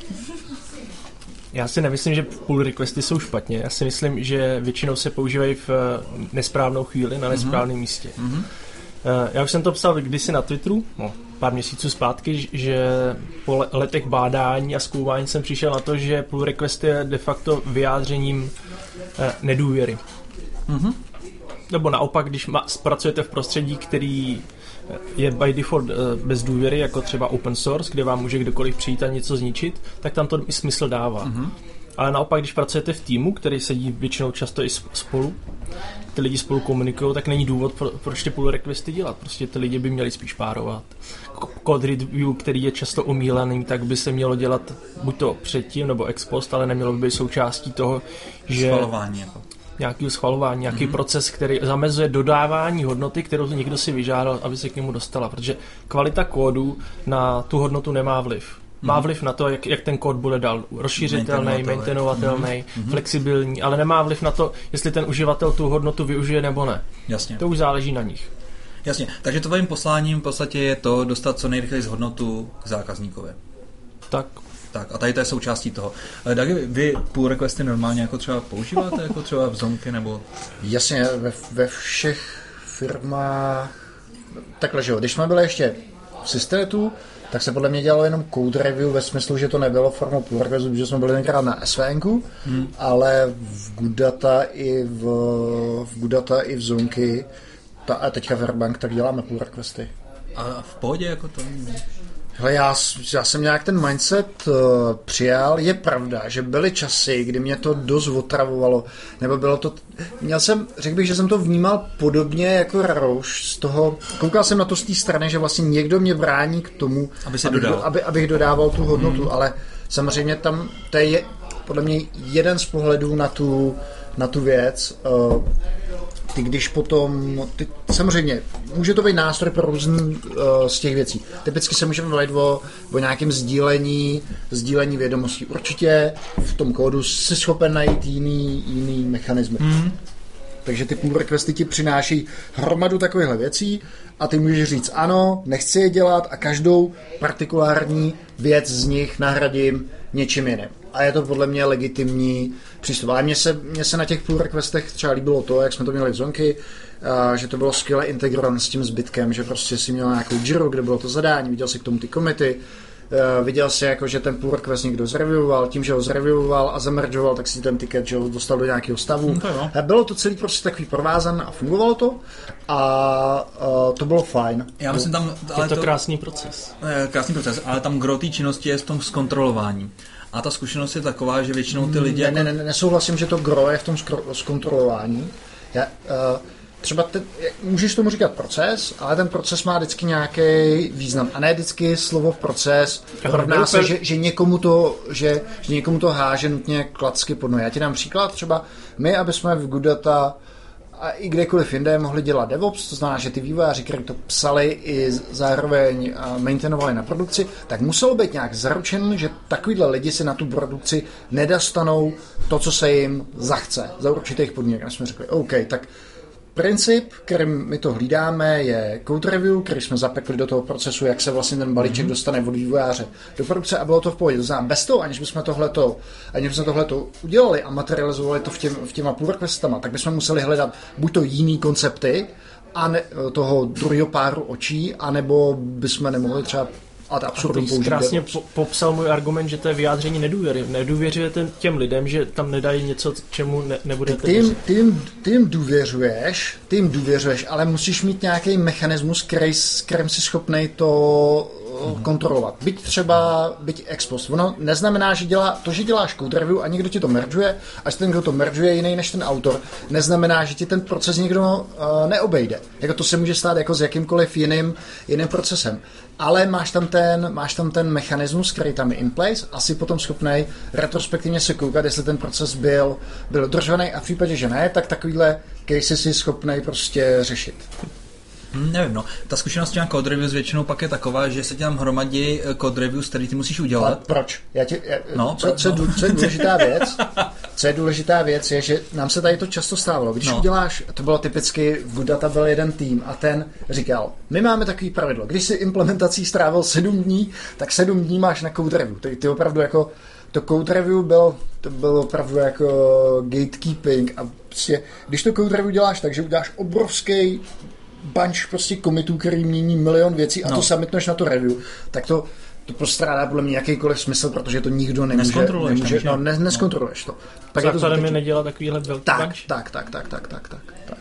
Já si nemyslím, že pull requesty jsou špatně. Já si myslím, že většinou se používají v nesprávnou chvíli na nesprávném mm-hmm. místě. Mm-hmm. Já už jsem to psal kdysi na Twitteru, no, pár měsíců zpátky, že po letech bádání a zkoumání jsem přišel na to, že pull request je de facto vyjádřením nedůvěry. Mm-hmm. Nebo naopak, když ma, pracujete v prostředí, který je by default bez důvěry, jako třeba open source, kde vám může kdokoliv přijít a něco zničit, tak tam to i smysl dává. Mm-hmm. Ale naopak, když pracujete v týmu, který sedí většinou často i spolu, ty lidi spolu komunikují, tak není důvod, pro, proč ty pull requesty dělat. Prostě ty lidi by měli spíš párovat. Code review, který je často omílaný, tak by se mělo dělat buď to předtím, nebo ex post, ale nemělo by být součástí toho, že... Schvalování jako. Nějaký schvalování, nějaký mm-hmm. proces, který zamezuje dodávání hodnoty, kterou někdo si vyžádal, aby se k němu dostala, protože kvalita kódu na tu hodnotu nemá vliv. má vliv na to, jak, jak ten kód bude dál rozšířitelný, maintainovatelný, mm-hmm. flexibilní, ale nemá vliv na to, jestli ten uživatel tu hodnotu využije nebo ne. Jasně. To už záleží na nich. Jasně, takže tvojím posláním v podstatě je to dostat co nejrychleji z hodnotu k zákazníkovi. Tak. Tak a tady to je součástí toho. Dagi, vy pull requesty normálně jako třeba používáte, jako třeba v Zonky nebo... Jasně, ve, ve všech firmách... Takhle, že jo, když jsme byli ještě v Systenetu, tak se podle mě dělalo jenom code review ve smyslu, že to nebylo formou pull requestu, protože jsme byli tenkrát na S V N ku, hmm. ale v Goodata i v, v Goodata i v Zonky ta, a teďka v Airbank, tak děláme pull requesty. A v pohodě jako to... Hele, já, já jsem nějak ten mindset uh, přijal. Je pravda, že byly časy, kdy mě to dost otravovalo, nebo bylo to... Měl jsem, řekl bych, že jsem to vnímal podobně jako Rarouš z toho... Koukal jsem na to z té strany, že vlastně někdo mě brání k tomu, aby se abych, dodal. do, aby, abych dodával tu hodnotu, hmm. ale samozřejmě tam to je podle mě jeden z pohledů na tu, na tu věc. Uh, Ty když potom, ty, samozřejmě, může to být nástroj pro různý uh, z těch věcí. Typicky se můžeme bavit o, o nějakém sdílení, sdílení vědomostí. Určitě v tom kódu jsi schopen najít jiný, jiný mechanismy. Mm. Takže ty pull requesty ti přináší hromadu takovýchhle věcí a ty můžeš říct ano, nechci je dělat a každou partikulární věc z nich nahradím něčím jiným. A je to podle mě legitimní přístup. Ale mně se, mně se na těch pull requestech třeba líbilo to, jak jsme to měli v Zonky, a že to bylo skvěle integrované s tím zbytkem, že prostě si měl nějakou Jira, kde bylo to zadání, viděl si k tomu ty komity, viděl si jako, že ten pull request někdo zreviewoval, tím, že ho zreviewoval a zamergeoval, tak si ten ticket, že ho dostal do nějakého stavu. A bylo to celý prostě takový provázané a fungovalo to a, a to bylo fajn. Já myslím tam... Ale je to, to krásný proces. Krásný proces, ale tam gro té činnosti je v tom zkontrolování. A ta zkušenost je taková, že většinou ty lidi... Ne, jako... ne, ne, nesouhlasím, že to gro je v tom zkontrolování. Já, uh, třeba ten, můžeš tomu říkat proces, ale ten proces má vždycky nějaký význam. A ne vždycky slovo proces rovná se, že, že, někomu to, že, že někomu to háže nutně klacky pod nohy. Já ti dám příklad, třeba my, aby jsme v Goodata a i kdekoliv jinde mohli dělat DevOps, to znamená, že ty vývojáři, kteří to psali i zároveň maintainovali na produkci, tak muselo být nějak zaručen, že takovýhle lidi si na tu produkci nedostanou to, co se jim zachce za určitých podmínek. A jsme řekli, OK, tak princip, kterým my to hlídáme, je code review, který jsme zapekli do toho procesu, jak se vlastně ten balíček mm-hmm. dostane od vývojáře do produkce a bylo to v pohodě. To znamená, bez toho, aniž bychom tohleto, aniž bychom tohleto udělali a materializovali to v, těm, v těma pull requestama, tak bychom museli hledat buď to jiný koncepty a ne, toho druhého páru očí, anebo bychom nemohli třeba a to absurdum použít. Krásně po- popsal můj argument, že to je vyjádření nedůvěry. Nedůvěřujete těm lidem, že tam nedají něco, čemu ne- nebudete... Ty jim, ty, jim, ty jim důvěřuješ, ty jim důvěřuješ, ale musíš mít nějaký mechanismus, který, s kterým jsi schopnej to mm-hmm. kontrolovat. Byť třeba, byť ex post. Ono neznamená, že dělá, to, že děláš code review a někdo ti to mergeuje, až ten, kdo to mergeuje, je jiný než ten autor, neznamená, že ti ten proces někdo uh, neobejde. Jako to se může stát jako s jakýmkoliv jiným, jiným procesem. Ale máš tam ten, máš tam ten mechanismus, který tam je in place a jsi potom schopnej retrospektivně se koukat, jestli ten proces byl, byl dodržovaný a v případě, že ne, tak takovýhle case si schopnej prostě řešit. Hmm, nevím, no. Ta zkušenost s těma code reviews většinou pak je taková, že se ti tam hromadí code reviews, který ty musíš udělat. Ale proč? Já ti, já, no, co, pro, co, no. co je důležitá věc, co je důležitá věc, je, že nám se tady to často stávalo. Když no. uděláš, to bylo typicky, v Goodata byl jeden tým a ten říkal, my máme takový pravidlo, když si implementací strávil sedm dní, tak sedm dní máš na code review. Ty, ty opravdu jako, to code review bylo, to bylo opravdu jako gatekeeping a prostě, když to code review děláš tak, že uděláš obrovský bunch prostě komitů, který mění milion věcí a no. to submitneš na to review, tak to, to postrádá podle mě jakýkoliv smysl, protože to nikdo nemůže, nemůže no, ne, neskontroluješ to. Tak základem je nedělat takovýhle velký tak, bunch? Tak, tak, tak, tak, tak, tak, tak.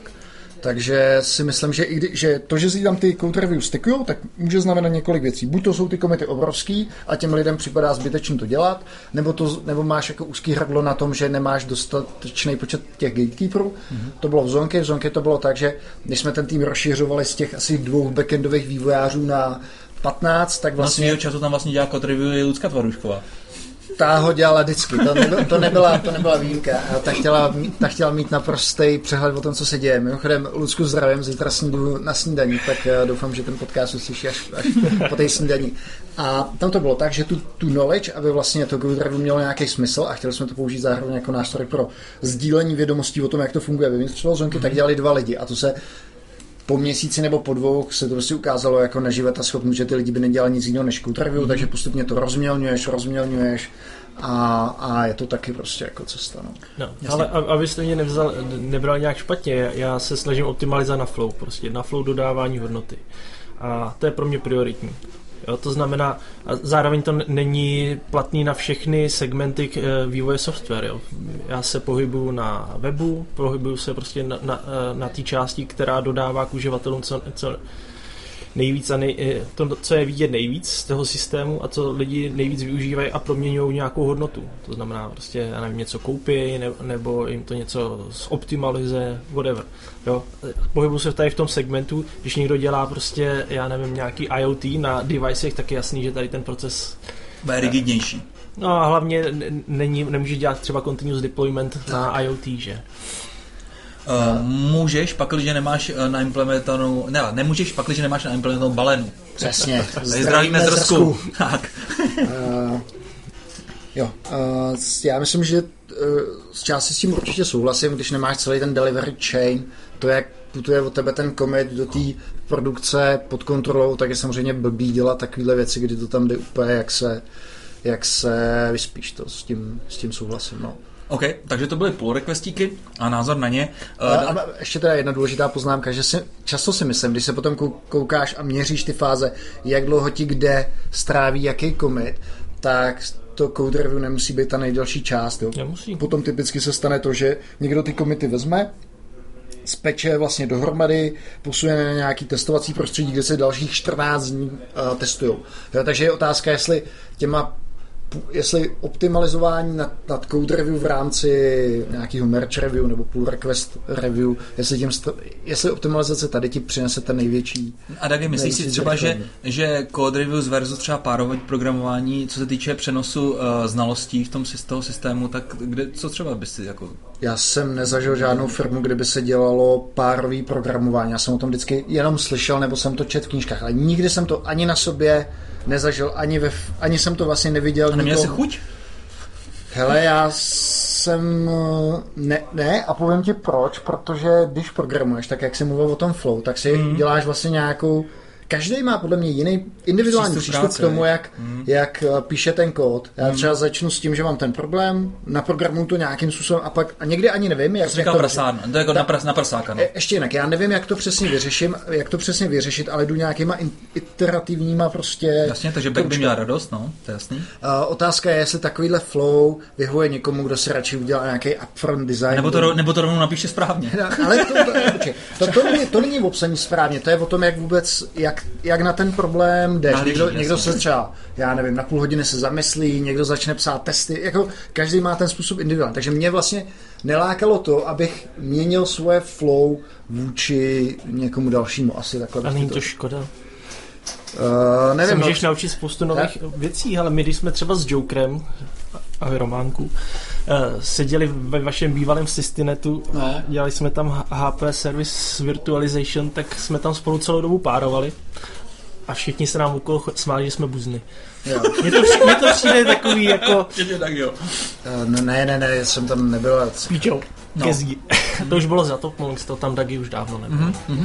Takže si myslím, že, i kdy, že to, že si tam ty code review stickujou, tak může znamenat několik věcí. Buď to jsou ty komity obrovský a těm lidem připadá zbytečný to dělat, nebo, to, nebo máš jako úzký hrdlo na tom, že nemáš dostatečný počet těch gatekeeperů. Mm-hmm. To bylo v Zonky. V Zonky to bylo tak, že když jsme ten tým rozšiřovali z těch asi dvou backendových vývojářů na patnáct, tak vlastně... Na svýho času tam vlastně dělá code review i Lucka Tvarušková. Ta ho dělala vždycky, to, nebyla, to, nebyla, to nebyla výjimka. Ta chtěla, ta chtěla mít naprostý přehled o tom, co se děje. Mimochodem, Lucku zdravím, zítra snídu na snídaní, tak doufám, že ten podcast uslyší až, až po té snídaní. A tam to bylo tak, že tu, tu knowledge, aby vlastně to code review mělo nějaký smysl a chtěli jsme to použít zároveň jako nástroj pro sdílení vědomostí o tom, jak to funguje vevnitř třeba zónky, tak dělali dva lidi a to se po měsíci nebo po dvou se to prostě ukázalo jako neživé ta schopnost, že ty lidi by nedělali nic jiného než code review, mm. takže postupně to rozmělňuješ, rozmělňuješ a, a je to taky prostě jako cesta. No, no ale abyste mě nevzal, nebral nějak špatně, já se snažím optimalizovat na flow, prostě na flow dodávání hodnoty. A to je pro mě prioritní. Jo, to znamená, a zároveň to není platný na všechny segmenty vývoje software. Jo. Já se pohybuju na webu, pohybuju se prostě na, na, na té části, která dodává k uživatelům co, co nejvíc a nej, to, co je vidět nejvíc z toho systému a co lidi nejvíc využívají a proměňují nějakou hodnotu. To znamená prostě, já nevím, něco koupí ne, nebo jim to něco zoptimalizuje, whatever. Jo. Pohybuju se tady v tom segmentu, když někdo dělá prostě, já nevím, nějaký IoT na devicech, tak je jasný, že tady ten proces bude rigidnější. No a hlavně není, nemůže dělat třeba continuous deployment na IoT, že? Uh, můžeš, pakliže nemáš naimplementovanou, ne, nemůžeš, pakliže nemáš naimplementovanou balenu. Přesně. Zdravíme z Rusku. Tak. uh, jo, uh, já myslím, že uh, z části s tím určitě souhlasím, když nemáš celý ten delivery chain, to jak putuje od tebe ten commit do té produkce pod kontrolou, tak je samozřejmě blbý dělat takovéhle věci, kdy to tam jde úplně, jak se, jak se vyspíš, to s tím, s tím souhlasím, no. OK, takže to byly pull requestíky a názor na ně. A, a ještě teda jedna důležitá poznámka, že si, často si myslím, když se potom koukáš a měříš ty fáze, jak dlouho ti kde stráví jaký commit, tak to code review nemusí být ta nejdelší část. Jo? Nemusí. Potom typicky se stane to, že někdo ty commity vezme, speče vlastně dohromady, posuje na nějaký testovací prostředí, kde se dalších čtrnáct dní uh, testujou. Jo, takže je otázka, jestli těma jestli optimalizování nad, nad code review v rámci nějakého merge review nebo pull request review, jestli, tím, jestli optimalizace tady ti přinese ten největší. A taky myslíš si třeba, že, že code review versus třeba párové programování, co se týče přenosu uh, znalostí v tom z toho systému, tak kde, co třeba bys si jako... Já jsem nezažil žádnou firmu, kde by se dělalo párový programování. Já jsem o tom vždycky jenom slyšel, nebo jsem to četl v knížkách, ale nikdy jsem to ani na sobě nezažil, ani, ve, ani jsem to vlastně neviděl. A neměl jsi chuť? Hele, já jsem... Ne, ne, a povím ti proč, protože když programuješ, tak jak jsi mluvil o tom flow, tak si mm. děláš vlastně nějakou... Každý má podle mě jiný individuální přístup, přístup k tomu, jak, mm. jak píše ten kód. Já mm. třeba začnu s tím, že mám ten problém, naprogramuju to nějakým způsobem a pak a někdy ani nevím, jak, to jak to prasán, to jako na, pras, na prasáka. No. Ještě jinak, já nevím, jak to přesně vyřeším, jak to přesně vyřešit, ale jdu nějakýma iterativníma prostě... Jasně, takže back by měla radost, no, to je jasný. Uh, otázka je, jestli takovýhle flow vyhovuje někomu, kdo si radši udělá nějaký upfront design. Nebo to, nebo to rovnou napíše správně. Ale to, to, to, to, to, není, to není obsaní správně, to je o tom, jak vůbec, jak jak na ten problém jdeš. Nahlíží, někdo, někdo se třeba, já nevím, na půl hodiny se zamyslí, někdo začne psát testy, jako každý má ten způsob individuální. Takže mě vlastně nelákalo to, abych měnil svoje flow vůči někomu dalšímu. Asi takhle. A není to škoda? Uh, nevím. Se můžeš no, naučit spoustu nových tak? věcí, ale my, když jsme třeba s Jokerem, ahoj Románku, uh, seděli ve vašem bývalém Systinetu, no. dělali jsme tam H P Service Virtualization, tak jsme tam spolu celou dobu párovali a všichni se nám okolo smáli, že jsme buzny. Mně to, mě to přijde takový jako... tak jo. Uh, ne, ne, ne, jsem tam nebyl. Píčou, no. Kezí. To už bylo za to, to tam Dagi už dávno nebyl. Mm-hmm.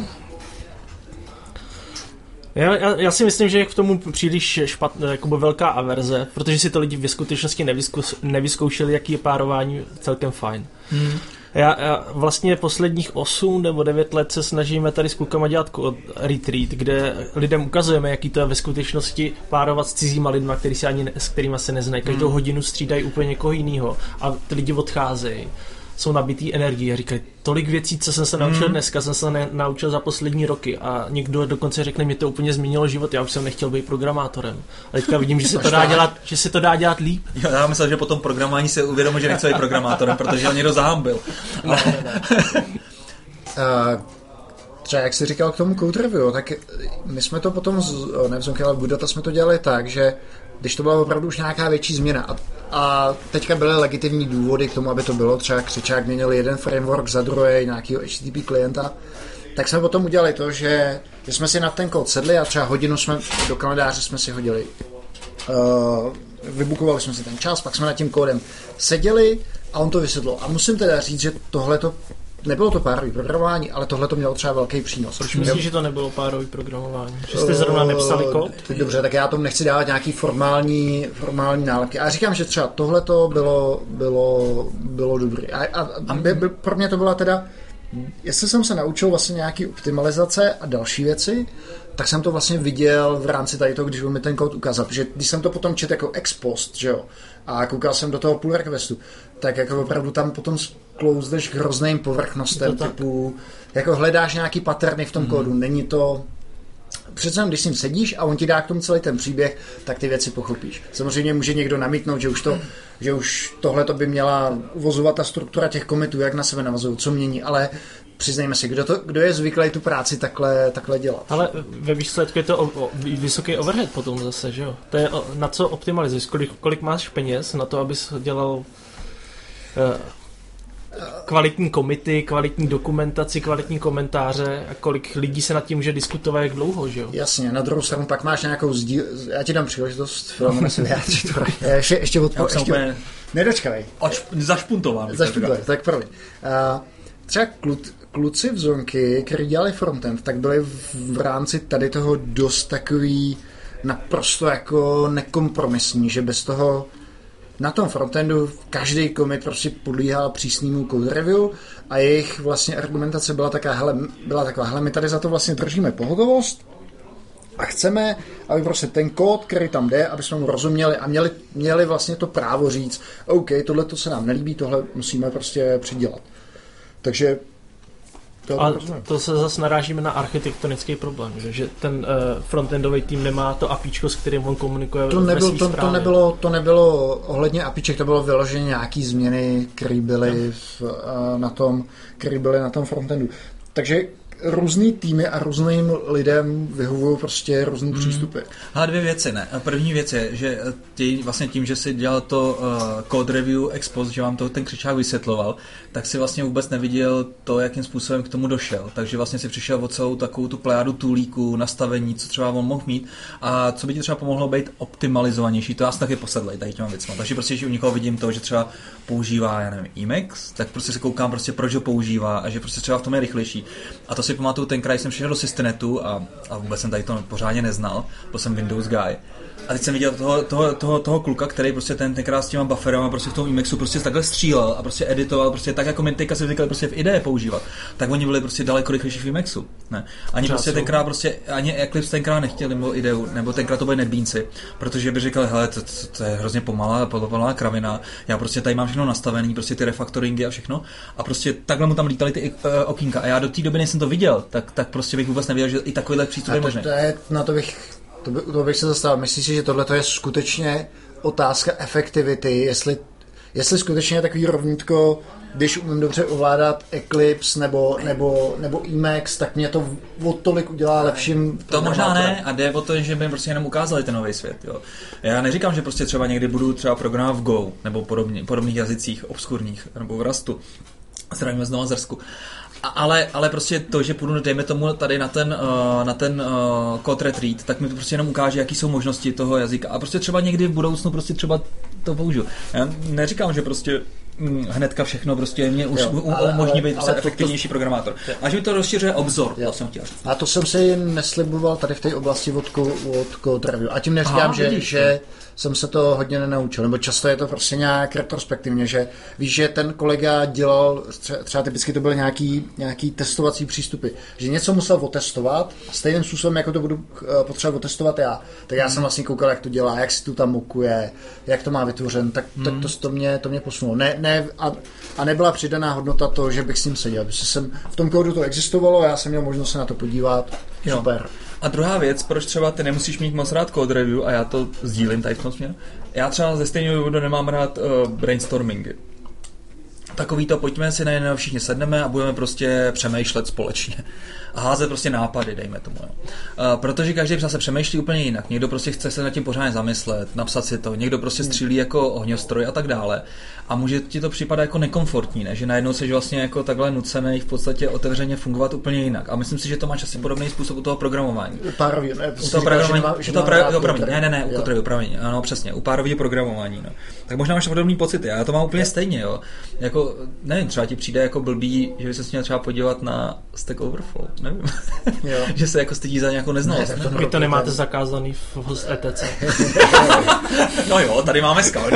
Já, já, já si myslím, že je k tomu příliš špatná, jako velká averze, protože si to lidi v skutečnosti nevysku, nevizkoušeli, jaký je párování celkem fajn. Hmm. Já, já vlastně posledních osm nebo devět let se snažíme tady s klukama dělat retreat, kde lidem ukazujeme, jaký to je ve skutečnosti párovat s cizíma lidma, který se ani ne, s kterýma se neznají. Každou hmm. hodinu střídají úplně někoho jiného a ty lidi odcházejí. Jsou nabitý energií a říkají, tolik věcí, co jsem se naučil mm. dneska, jsem se ne- naučil za poslední roky a někdo dokonce řekne, mě to úplně změnilo život, já už jsem nechtěl být programátorem. A teďka vidím, že se to dá dělat, že se to dá dělat líp. Jo, já myslel, že po tom programování se uvědomil, že nechce být programátorem, protože ho někdo zahambil. Ne, ne, ne. uh, třeba jak jsi říkal k tomu code review, tak my jsme to potom, nevím, ale v Budata jsme to dělali tak, že když to byla opravdu už nějaká větší změna. A, a teďka byly legitimní důvody k tomu, aby to bylo. Třeba Křičák měnil jeden framework za druhý, nějakého H T T P klienta. Tak jsme potom udělali to, že, že jsme si na ten kód sedli a třeba hodinu jsme do kalendáře jsme si hodili. Uh, vybukovali jsme si ten čas, pak jsme nad tím kódem seděli a on to vysvětlil. A musím teda říct, že tohle to nebylo to párový programování, ale tohle to mělo třeba velký přínos. Proč myslíš, že to nebylo párový programování? Že jste zrovna nepsali kód? Dobře, tak já tomu nechci dávat nějaký formální, formální nálepky. A říkám, že třeba tohle to bylo, bylo, bylo dobrý. A, a, a by, by, pro mě to byla teda, jestli jsem se naučil vlastně nějaký optimalizace a další věci, tak jsem to vlastně viděl v rámci tady toho, když mi ten kód ukázal. Protože když jsem to potom četl jako ex post, že jo, a koukal jsem do toho pull requestu, tak jako opravdu tam potom sklouzneš k hrozným povrchnostem typu, jako hledáš nějaký paterny v tom mm. kódu. Není to... Přece když s ním sedíš a on ti dá k tomu celý ten příběh, tak ty věci pochopíš. Samozřejmě může někdo namítnout, že už, to, že už tohle to by měla uvozovat ta struktura těch komitů, jak na sebe navazují, co mění, ale přiznejme si, kdo, to, kdo je zvyklý tu práci takhle, takhle dělat. Ale ve výsledku je to o, o, vysoký overhead potom zase, že jo? To je o, na co optimalizuješ, kolik, kolik máš peněz na to, abys dělal uh, kvalitní komity, kvalitní dokumentaci, kvalitní komentáře a kolik lidí se nad tím může diskutovat, jak dlouho, že jo? Jasně, na druhou stranu pak máš nějakou zdíl... Já ti dám příležitost, Filomena se vyjádřit. ještě, ještě odpověď. Ještě... Úplně... Nedočkavej. Zašpuntovaný. Zašpuntovaný, tak první. Uh, třeba klu, kluci v Zonky, kteří dělali frontend, tak byli v, v rámci tady toho dost takový naprosto jako nekompromisní, že bez toho na tom frontendu každý commit prostě podlíhal přísnému code review a jejich vlastně argumentace byla taková, hele, byla taková, hele, my tady za to vlastně držíme pohotovost a chceme, aby prostě ten kód, který tam jde, aby jsme mu rozuměli a měli, měli vlastně to právo říct, OK, tohle to se nám nelíbí, tohle musíme prostě přidělat. Takže to, a to se zase narážíme na architektonický problém, že, že ten uh, frontendový tým nemá to APIčko, s kterým on komunikuje to nebylo, to, to, nebylo, to nebylo ohledně APIček, to bylo vyloženě nějaký změny, které byly v, uh, na tom, které byly na tom frontendu. Takže různý týmy a různým lidem vyhovují prostě různý hmm. přístupy. Ale dvě věci, ne. První věc je, že ty vlastně tím, že jsi dělal to uh, code review ex post, že vám to ten Křičák vysvětloval, tak si vlastně vůbec neviděl to, jakým způsobem k tomu došel. Takže vlastně si přišel o celou takovou tu plejádu toolíků, nastavení, co třeba on mohl mít a co by ti třeba pomohlo být optimalizovanější. To já jsem taky posedlej tady těma věcma. Takže prostě, že u někoho vidím to, že třeba používá, já nevím, Emacs, tak prostě se koukám prostě, proč ho používá a že prostě třeba v tom je rychlejší. A to si pamatuju, tenkrát jsem přišel do Systenetu a, a vůbec jsem tady to pořádně neznal, byl jsem Windows guy. A teď jsem viděl toho, toho, toho, toho kluka, který prostě ten tenkrát s těma bufferama prostě v tom Emaxu prostě takhle střílel a prostě editoval, prostě tak jako my teďka se zvykli prostě v I D E používat. Tak oni byli prostě daleko rychlejší v Emaxu. Ne. Ani prostě tenkrát prostě, ani Eclipse tenkrát nechtěli nebo I D E, nebo tenkrát to byli NetBeansy, protože by říkali, hele, to, to, to je hrozně pomalá, pomalá kravina, já prostě tady mám všechno nastavený, prostě ty refactoringy a všechno. A prostě takhle mu tam lítali ty uh, okýnka. A já do té doby, než jsem to viděl, tak, tak prostě bych vůbec nevěděl, že i takovýhle přístup je možný. To je, na to bych To, by, to bych se zastavil. Myslíš si, že tohle je skutečně otázka efektivity, jestli, jestli skutečně je takový rovnítko, když umím dobře ovládat Eclipse nebo, nebo, nebo Emacs, tak mě to o tolik udělá lepším. To možná ne, a jde o to, že by prostě jenom ukázali ten nový svět. Jo. Já neříkám, že prostě třeba někdy budu třeba programovat v Go nebo podobně, podobných jazycích obskurních nebo v Rustu. Zdravíme znovu z Zrsku. Ale, ale prostě to, že půjdu, dejme tomu tady na ten, uh, na ten uh, code retreat, tak mi to prostě jenom ukáže, jaký jsou možnosti toho jazyka. A prostě třeba někdy v budoucnu prostě třeba to použiju. Já neříkám, že prostě mm, hnedka všechno prostě mě už umožní být prostě efektivnější to, programátor. A že mi to rozšiřuje obzor. To jsem chtěl. A to jsem si nesliboval tady v té oblasti od, od code review. A tím neříkám, Aha, že, že jsem se to hodně nenaučil, nebo často je to prostě nějak retrospektivně, že víš, že ten kolega dělal, třeba typicky to byly nějaký, nějaký testovací přístupy, že něco musel otestovat, stejným způsobem, jako to budu potřebovat otestovat já. Tak já hmm. jsem vlastně koukal, jak to dělá, jak si tu tam mokuje, jak to má vytvořen, tak, hmm. tak to, to, mě, to mě posunulo. Ne, ne, a, a nebyla přidaná hodnota to, že bych s ním seděl. Jsem, v tom kódu to existovalo, já jsem měl možnost se na to podívat. Jo. Super. A druhá věc, proč třeba ty nemusíš mít moc rád code review, a já to sdílím tady v tom směru, já třeba ze stejného důvodu nemám rád uh, brainstormingy. Takový to, pojďme si najednou všichni sedneme a budeme prostě přemýšlet společně. a házet prostě nápady, dejme tomu. Jo. Uh, protože každý zase přemýšlí úplně jinak. Někdo prostě chce se nad tím pořádně zamyslet, napsat si to, někdo prostě střílí jako ohňostroj a tak dále. A může ti to připadat jako nekomfortní, ne? Že najednou jsi vlastně jako takhle nucený v podstatě otevřeně fungovat úplně jinak. A myslím si, že to máš asi podobný způsob u toho programování. U párový, ne? U toho programování, u toho pra, ne, ne, ne, u kotrevy, upravení, ano, přesně, u párový programování, no. Tak možná máš podobný pocity, já to mám úplně stejně, jo. Jako, nevím, třeba ti přijde jako blbý, že by se měl třeba podívat na Stack Overflow, nevím. Že se jako stydí za nějakou neznalost. Ne, to, vy to nemáte zakázaný v E T C. No jo, tady máme Skype.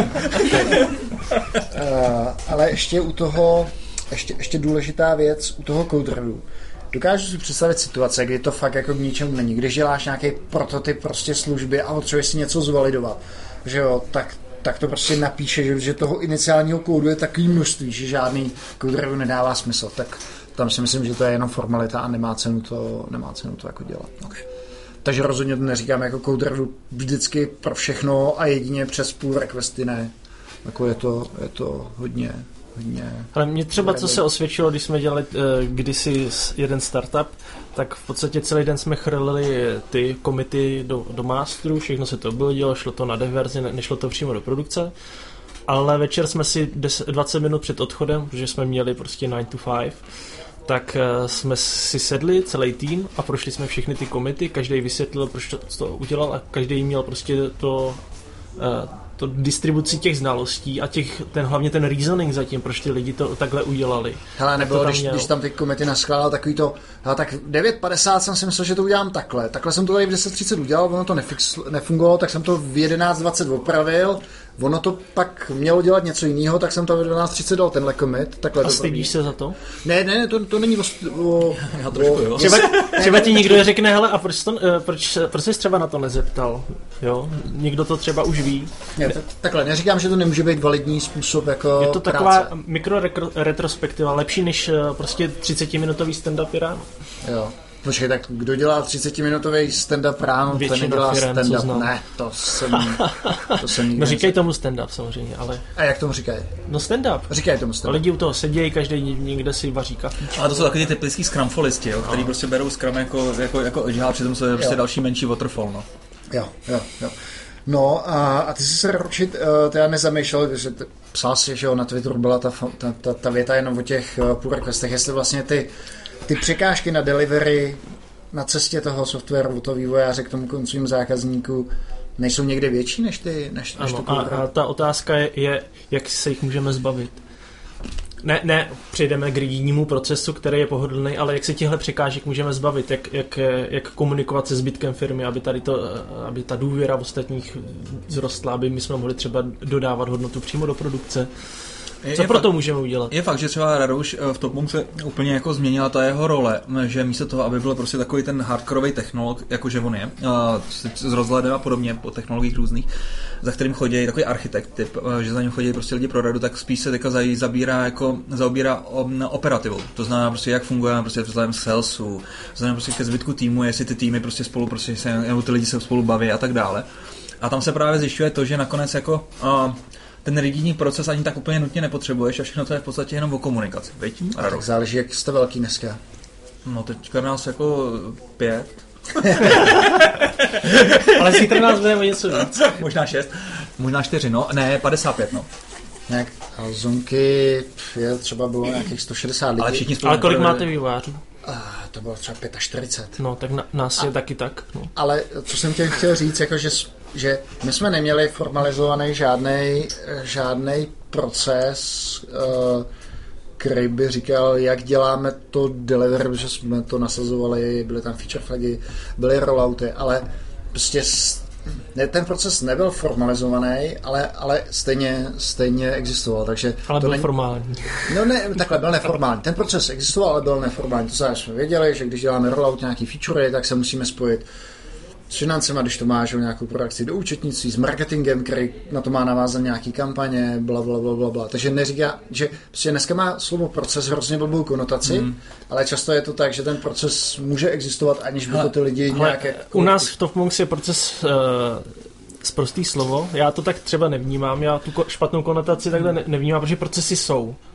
Uh, ale ještě u toho, ještě, ještě důležitá věc u toho code review. Dokážu si představit situace, kdy to fakt jako k ničemu není. Když děláš nějaký prototyp prostě služby a potřebuješ si něco zvalidovat, že jo, tak, tak to prostě napíše, že, že toho iniciálního kódu je takový množství, že žádný code review nedává smysl. Tak tam si myslím, že to je jenom formalita a nemá cenu to, nemá cenu to jako dělat. Okay. Takže rozhodně to neříkám jako code review vždycky pro všechno a jedině přes pull requesty ne. Jako je to, je to hodně, hodně... Ale mě třeba, co se osvědčilo, když jsme dělali uh, kdysi jeden startup, tak v podstatě celý den jsme chrlili ty komity do, do masteru, všechno se to obildilo, šlo to na dev verzi, ne, nešlo to přímo do produkce, ale večer jsme si deset, dvacet minut před odchodem, protože jsme měli prostě nine to five, tak uh, jsme si sedli, celý tým, a prošli jsme všechny ty komity, každý vysvětlil, proč to, to udělal, a každý měl prostě to... Uh, to distribuci těch znalostí a těch, ten, hlavně ten reasoning zatím, proč ty lidi to takhle udělali. Hele, nebylo, když, když tam ty komity naschválil takový to, hele, tak v devět padesát jsem si myslel, že to udělám takhle. Takhle jsem to tady v deset třicet udělal, ono to nefix, nefungovalo, tak jsem to v jedenáct dvacet opravil, ono to pak mělo dělat něco jiného, tak jsem to v jedenáct třicet dal tenhle commit. Takhle a stydíš se za to? Ne, ne, to, to není o... o, Já trošku, o, jo. Třeba, třeba ti někdo řekne, hele, a proč, to, proč, proč jsi třeba na to nezeptal? Jo? Někdo to třeba už ví. Ne, tak, takhle, neříkám, že to nemůže být validní způsob jako je to práce. Taková mikroretrospektiva, lepší než prostě třicetiminutový stand-up ráno. Jo. Počkej, tak kdo dělá třicetiminutový stand-up ráno, ten nedělá stand-up. Ne, to jsem, to jsem nikdy No říkají tomu stand-up samozřejmě, ale... A jak tomu říkají? No stand-up. Říkají tomu stand-up. A lidi u toho sedějí, každý někde si vaří kafíčko. Ale to jsou takový ty typický scrumfolisti, jo, který prostě berou scrum jako, jako, jako agile, přitom jsou prostě další menší waterfall, no. Jo, jo, jo. No a, a ty jsi se určit uh, teda nezamýšlel, že t- psal si, že jo, na Twitteru byla ta, ta, ta, ta věta jenom o těch uh, pull requestech, jestli vlastně ty, ty překážky na delivery na cestě toho softwaru od toho vývojáře k tomu koncovým zákazníku nejsou někde větší než ty, než, než ano, a, a ta otázka je, je, jak se jich můžeme zbavit. Ne, ne, přejdeme k rigidnímu procesu, který je pohodlný, ale jak se těchto překážek můžeme zbavit, jak, jak, jak komunikovat se zbytkem firmy, aby, tady to, aby ta důvěra v ostatních vzrostla, aby my jsme mohli třeba dodávat hodnotu přímo do produkce. Co pro to můžeme udělat? Je fakt, že třeba Rarouš v Topmunk se úplně jako změnila ta jeho role, že místo toho, aby byl prostě takový ten hardkorový technolog, jakože on je, s rozhledem a podobně po technologiích různých, za kterým chodí takový architekt typ, že za ním chodí prostě lidi pro radu, tak spíš se teďka zabírá jako zaobírá operativou. To znamená prostě, jak funguje prostě vzhledem salesu, znamená prostě ke zbytku týmu, jestli ty týmy prostě spolu prostě se, nebo ty lidi se spolu baví a tak dále. A tam se právě zjišťuje to, že nakonec jako uh, ten rigidní proces ani tak úplně nutně nepotřebuješ a všechno to je v podstatě jenom o komunikaci. Veď? A tak záleží, jak jste velký dneska. No teďka nás jako pět. Ale zítra nás bude o něco víc. Možná šest, možná čtyři, no. Ne, padesát pět, no. Nějak a Zonky je třeba bylo nějakých sto šedesát lidí. Ale, všichni Ale kolik máte vývojářů? Uh, to bylo třeba čtyřicet pět. No, tak na, nás a, je taky tak. No. Ale co jsem tě chtěl říct, jako že, že my jsme neměli formalizovaný žádnej, žádnej proces, uh, který by říkal, jak děláme to delivery, protože jsme to nasazovali, byly tam feature flagy, byly rollouty, ale prostě ne, ten proces nebyl formalizovaný, ale, ale stejně, stejně existoval. Takže ale to byl není... formální. No ne, takhle byl neformální. Ten proces existoval, ale byl neformální. To znamená, jsme věděli, že když děláme rollout nějaký featurey, tak se musíme spojit s financema, když to máš nějakou produkci do účetnictví, s marketingem, který na to má navázat nějaký kampaně, bla, bla, bla, bla, bla. Takže neříká, že prostě dneska má slovo proces hrozně blbou konotaci, mm. ale často je to tak, že ten proces může existovat, aniž by to ty lidi nějaké... U nás v Topmunk je proces uh, sprostý slovo. Já to tak třeba nevnímám, já tu špatnou konotaci takhle nevnímám, protože procesy jsou.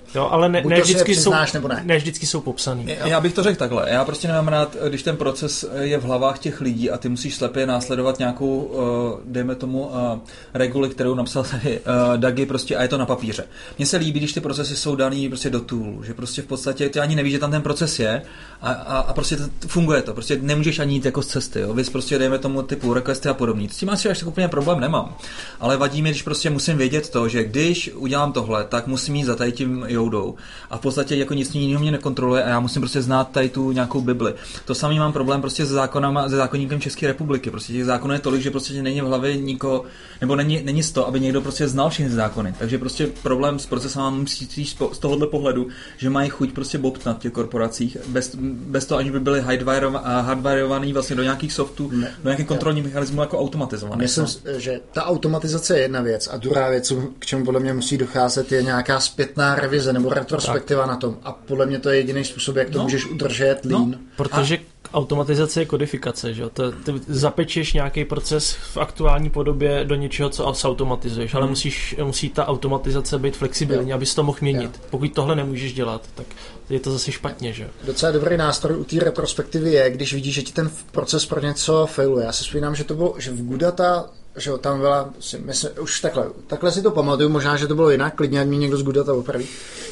Jo, ale ne, ne, vždycky jsou, ne. ne vždycky jsou popsaný. Já bych to řekl takhle. Já prostě nemám rád, když ten proces je v hlavách těch lidí a ty musíš slepě následovat nějakou, uh, dejme tomu, uh, reguli, kterou napsal tady uh, Dagi prostě a je to na papíře. Mně se líbí, když ty procesy jsou daný prostě do toolu, že prostě v podstatě ty ani nevíš, že tam ten proces je a, a, a prostě to, funguje to. Prostě nemůžeš ani jít jako z cesty. Jo? Vys prostě dejme tomu typu requesty a podobně. S tím asi až tak úplně problém nemám. Ale vadí mi, když prostě musím vědět to, že když udělám tohle, tak musím jít za tady tím joudou. A v podstatě jako nic jiného mě nekontroluje a já musím prostě znát tady tu nějakou Bibli. To samý mám problém prostě se zákonama, se zákonníkem České republiky. Prostě těch zákonů je tolik, že prostě není v hlavě nikoho, nebo není, není z toho, aby někdo prostě znal všechny zákony. Takže prostě problém s procesem mám z tohohle pohledu, že mají chuť prostě bobtnat v těch korporacích bez, bez toho, aniž by byly hardwireovaný vlastně do nějakých softů, ne, do nějakých kontrolních mechanismů jako automatizovaný. Myslím, no? že ta automatizace je jedna věc a druhá věc, k čemu podle mě musí docházet, je nějaká zpětná revize nebo retrospektiva tak na tom. A podle mě to je jediný způsob, jak to no. můžeš udržet lean. No, protože a... automatizace je kodifikace, že jo? Ty, ty zapečeš nějaký proces v aktuální podobě do něčeho, co zautomatizuješ, hmm. ale musíš, musí ta automatizace být flexibilní, jo. abys to mohl měnit. Jo. Pokud tohle nemůžeš dělat, tak je to zase špatně, že jo? Docela dobrý nástroj u té retrospektivy je, když vidíš, že ti ten proces pro něco failuje. Já si vzpomínám, že to bylo, že v Goodata, že jo, tam byla, myslím, už takhle, takhle si to pamatuju, možná, že to bylo jinak, klidně, ať mi někdo z Goodata opraví.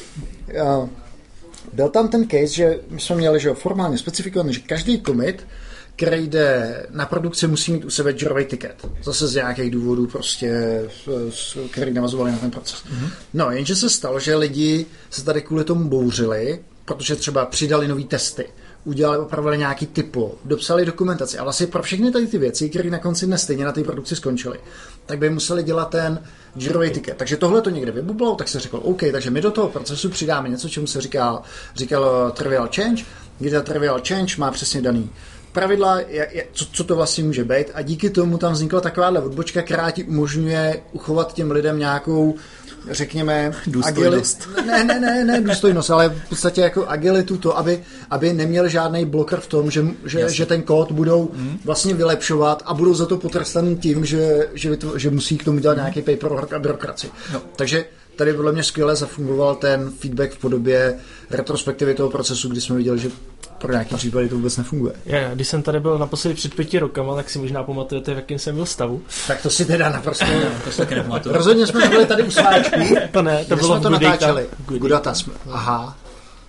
Uh, byl tam ten case, že my jsme měli, že jo, formálně specifikovaný, že každý commit, který jde na produkci, musí mít u sebe jarový ticket. Zase z nějakých důvodů prostě, který navazovali na ten proces. Mm-hmm. No, jenže se stalo, že lidi se tady kvůli tomu bouřili, protože třeba přidali nový testy, udělali, opravili nějaký typo, dopsali dokumentaci a vlastně pro všechny tady ty věci, které na konci dne stejně na té produkci skončily, tak by museli dělat ten jarový ticket. Takže tohle to někde vybublalo, tak se řekl, OK, takže my do toho procesu přidáme něco, čemu se říkal, říkal trivial change, kde ta trivial change má přesně daný pravidla, je, je, co, co to vlastně může být a díky tomu tam vznikla takováhle odbočka, která ti umožňuje uchovat těm lidem nějakou, řekněme, důstojnost. Agili- ne, ne, ne, ne, důstojnost, ale v podstatě jako agilitu to, aby, aby neměl žádný bloker v tom, že, že, že ten kód budou mm. vlastně vylepšovat a budou za to potrestaný tím, že, že, vytvo- že musí k tomu dělat nějaký paperwork a byrokraci. No. Takže tady podle mě skvěle zafungoval ten feedback v podobě retrospektivy toho procesu, kdy jsme viděli, že pro nějaký případy to vůbec nefunguje. Já, když jsem tady byl naposledy před pěti rokama, tak si možná pamatujete, v jakém jsem byl stavu. Tak to si teda naprosto... to si taky nepamatuju. Rozhodně jsme byli tady u sváčků. To ne, to bylo jsme to natáčeli. Goodata jsme. Aha.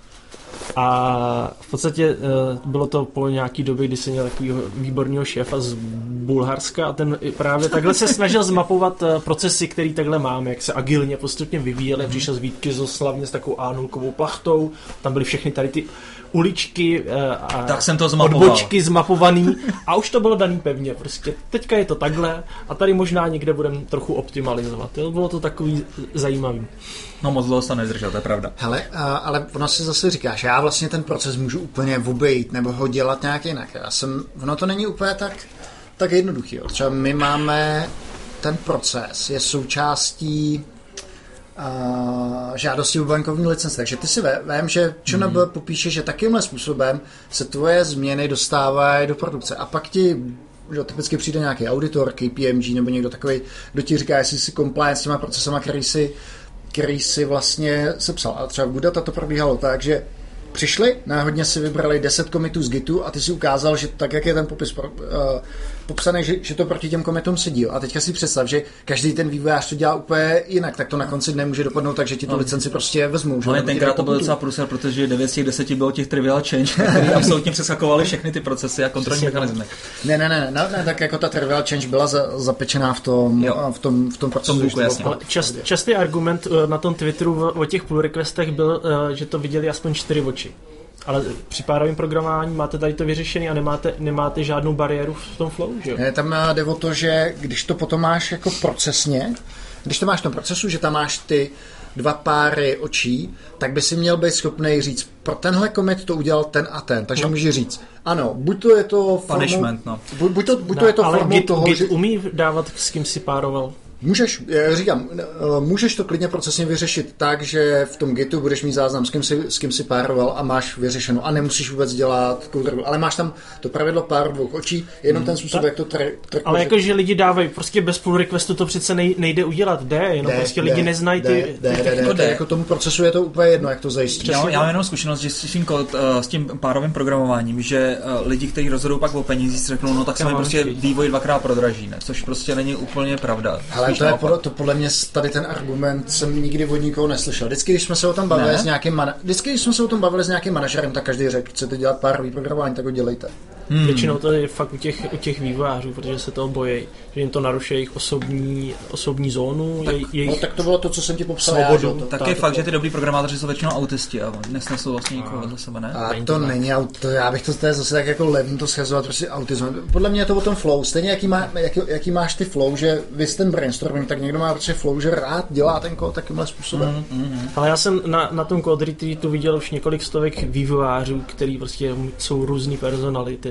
A v podstatě bylo to po nějaký době, kdy jsem měl takového výborného šéfa z Bulharska a ten právě takhle se snažil zmapovat procesy, který takhle máme, jak se agilně postupně vyvíjeli. Mm-hmm. Přišel z Vítkizoslavně s takovou á nula plachtou, tam byly všechny tady ty uličky a tak jsem to zmapoval. Odbočky zmapovaný a už to bylo daný pevně. Prostě teďka je to takhle a tady možná někde budeme trochu optimalizovat. Jo? Bylo to takový zajímavý. No moc dlouho se nezdržel, to je pravda. Hele, ale ono si zase říkáš, já vlastně ten proces můžu úplně obejít nebo ho dělat nějak jinak. Já jsem, ono to není úplně tak, tak jednoduchý. Jo. Třeba my máme ten proces, je součástí Uh, žádosti o bankovní licenci. Takže ty si vím, že ČNB mm. popíše, že takýmhle způsobem se tvoje změny dostávají do produkce. A pak ti že typicky přijde nějaký auditor, K P M G nebo někdo takový, kdo ti říká, jestli jsi compliance s těma procesama, který si, který si vlastně sepsal. A třeba v Goodata to probíhalo tak, že přišli, náhodně si vybrali deset komitů z Gitu a ty si ukázal, že tak, jak je ten popis pro, uh, popsaný, že, že to proti těm komitům sedí. A teďka si představ, že každý ten vývojář to dělá úplně jinak, tak to na konci dne může dopadnout tak, že ti tu no. licenci prostě vezmou. Ale tenkrát to byl docela průser, protože devět z těch deseti bylo těch trivial change, který absolutně přeskakovaly všechny ty procesy a kontrolní mechanizmy. Ne, ne, ne, ne, ne, tak jako ta trivial change byla za, zapečená v tom, v tom, v tom procesu. Buku, jasně. Čas, častý argument na tom Twitteru o těch pull requestech byl, že to viděli aspoň čtyři oči. Ale při párovém programování máte tady to vyřešené a nemáte, nemáte žádnou bariéru v tom flow, že jo? Ne, tam jde o to, že když to potom máš jako procesně, když to máš v tom procesu, že tam máš ty dva páry očí, tak by si měl být schopný říct, pro tenhle commit to udělal ten a ten. Takže no. můžeš říct, ano, buď to je to formou, punishment, no. buď, buď to, buď to je to ale formou Git, toho, Git že... umí dávat, s kým si pároval? Můžeš, já říkám, můžeš to klidně procesně vyřešit tak, že v tom Gitu budeš mít záznam, s kým si, s kým si pároval a máš vyřešeno a nemusíš vůbec dělat coderu, ale máš tam to pravidlo pár dvou očí, jenom hmm, ten způsob, tak, jak to tra- tra- ale jakože lidi dávají, prostě bez pull requestu to přece nej, nejde udělat, jde, jenom de, prostě de, lidi neznají ty... De, de, de, de, de, jako tomu procesu je to úplně jedno, jak to zajistí. Já, já mám jenom zkušenost, že s tím, kód, uh, s tím párovým programováním, že uh, lidi, kteří rozhodují pak o penězích, si řeknou, no tak se mi prostě vývoj dvakrát prodraží, ne? Což prostě není úplně pravda. Ale to je podle, to podle mě tady ten argument jsem nikdy od nikoho neslyšel. Vždycky, když jsme se o tom bavili ne? s nějakým mana- Vždycky, když jsme se o tom bavili s nějakým manažerem, tak každý řekl, chcete dělat párový programování, tak ho dělejte. Hmm. Většinou to je fakt u těch, u těch vývojářů, protože se toho bojí, že jim to naruší jejich osobní, osobní zónu, tak, jejich no, tak to bylo to, co jsem ti popsal. Svobodu. Já, to, tak je fakt, že ty dobrý programátoři jsou většinou autisti a nesnesou vlastně nikoho vedle sebe, ne? A to není auto, já bych to, to je zase tak jako levný to schazovat, prostě autism. Podle mě je to o tom flow, stejně jaký, má, jaký, jaký máš ty flow, že vy jste ten brainstorming, tak někdo má prostě flow, že rád dělá ten kód takýmhle způsobem. Mm, mm, ale já jsem na, na tom Code Retreatu viděl už několik stovek vývojářů, který prostě jsou různý personality.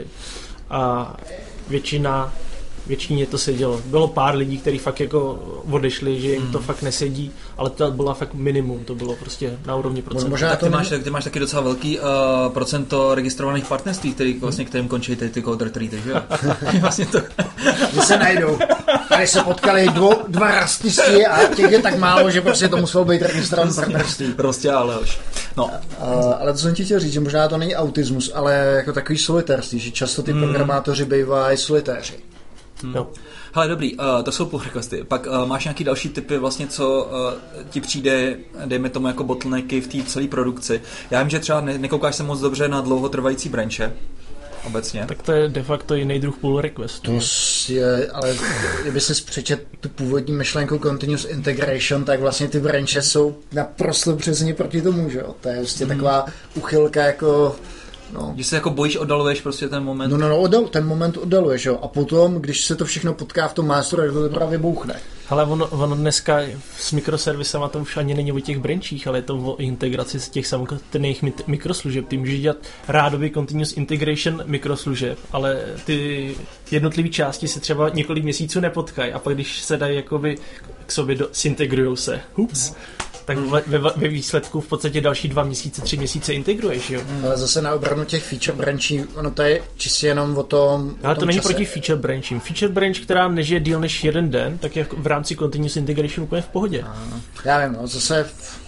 A většina, většině to sedělo. Bylo pár lidí, kteří fakt jako odešli, že jim to fakt nesedí, ale to bylo fakt minimum, to bylo prostě na úrovni procent. Možná tak ty, máš, ty máš taky docela velký uh, procento registrovaných partnerství, který, vlastně, kterým končí ty, ty Code Retreaty, že jo? vlastně to... že se najdou. Tady se potkali dvo, dva rastisti a těch je tak málo, že prostě to muselo být registrovaný partnerství. Prostě ale už. No. Uh, ale to jsem ti chtěl říct, že možná to není autismus, ale jako takový solitérství, že často ty hmm. programátoři bývají solitéři. Hmm. No. Hele, dobrý, uh, to jsou pull requesty. Pak uh, máš nějaký další typy, vlastně, co uh, ti přijde, dejme tomu jako bottlenecky v té celé produkci. Já vím, že třeba ne- nekoukáš se moc dobře na dlouhotrvající branche, obecně. Tak to je de facto jiný druh pull requestu. To je, ale kdyby jsi přečet tu původní myšlenku continuous integration, tak vlastně ty branche jsou naprosto přesně proti tomu, že jo? To je vlastně hmm. taková uchylka jako... No. Když se jako bojíš, oddaluješ prostě ten moment. No, no, no, oddal, ten moment oddaluješ, jo. A potom, když se to všechno potká v tom masteru, tak to právě bouchne. Ale ono, ono dneska s mikroservisama to už ani není o těch branchích, ale je to o integraci z těch samotných mikroslužeb. Ty můžeš dělat rádoby continuous integration mikroslužeb, ale ty jednotlivé části se třeba několik měsíců nepotkají a pak když se dají jakoby k sobě do, zintegrujou se. Ups. Tak ve, ve výsledku v podstatě další dva měsíce, tři měsíce integruješ, jo? Ale zase na obranu těch feature branchí, ono to je čistě jenom o tom Ale to tom není čase. proti feature branchím. Feature branch, která nežije díl než jeden den, tak je v rámci continuous integration úplně v pohodě. Ano. Já vím, no, zase v...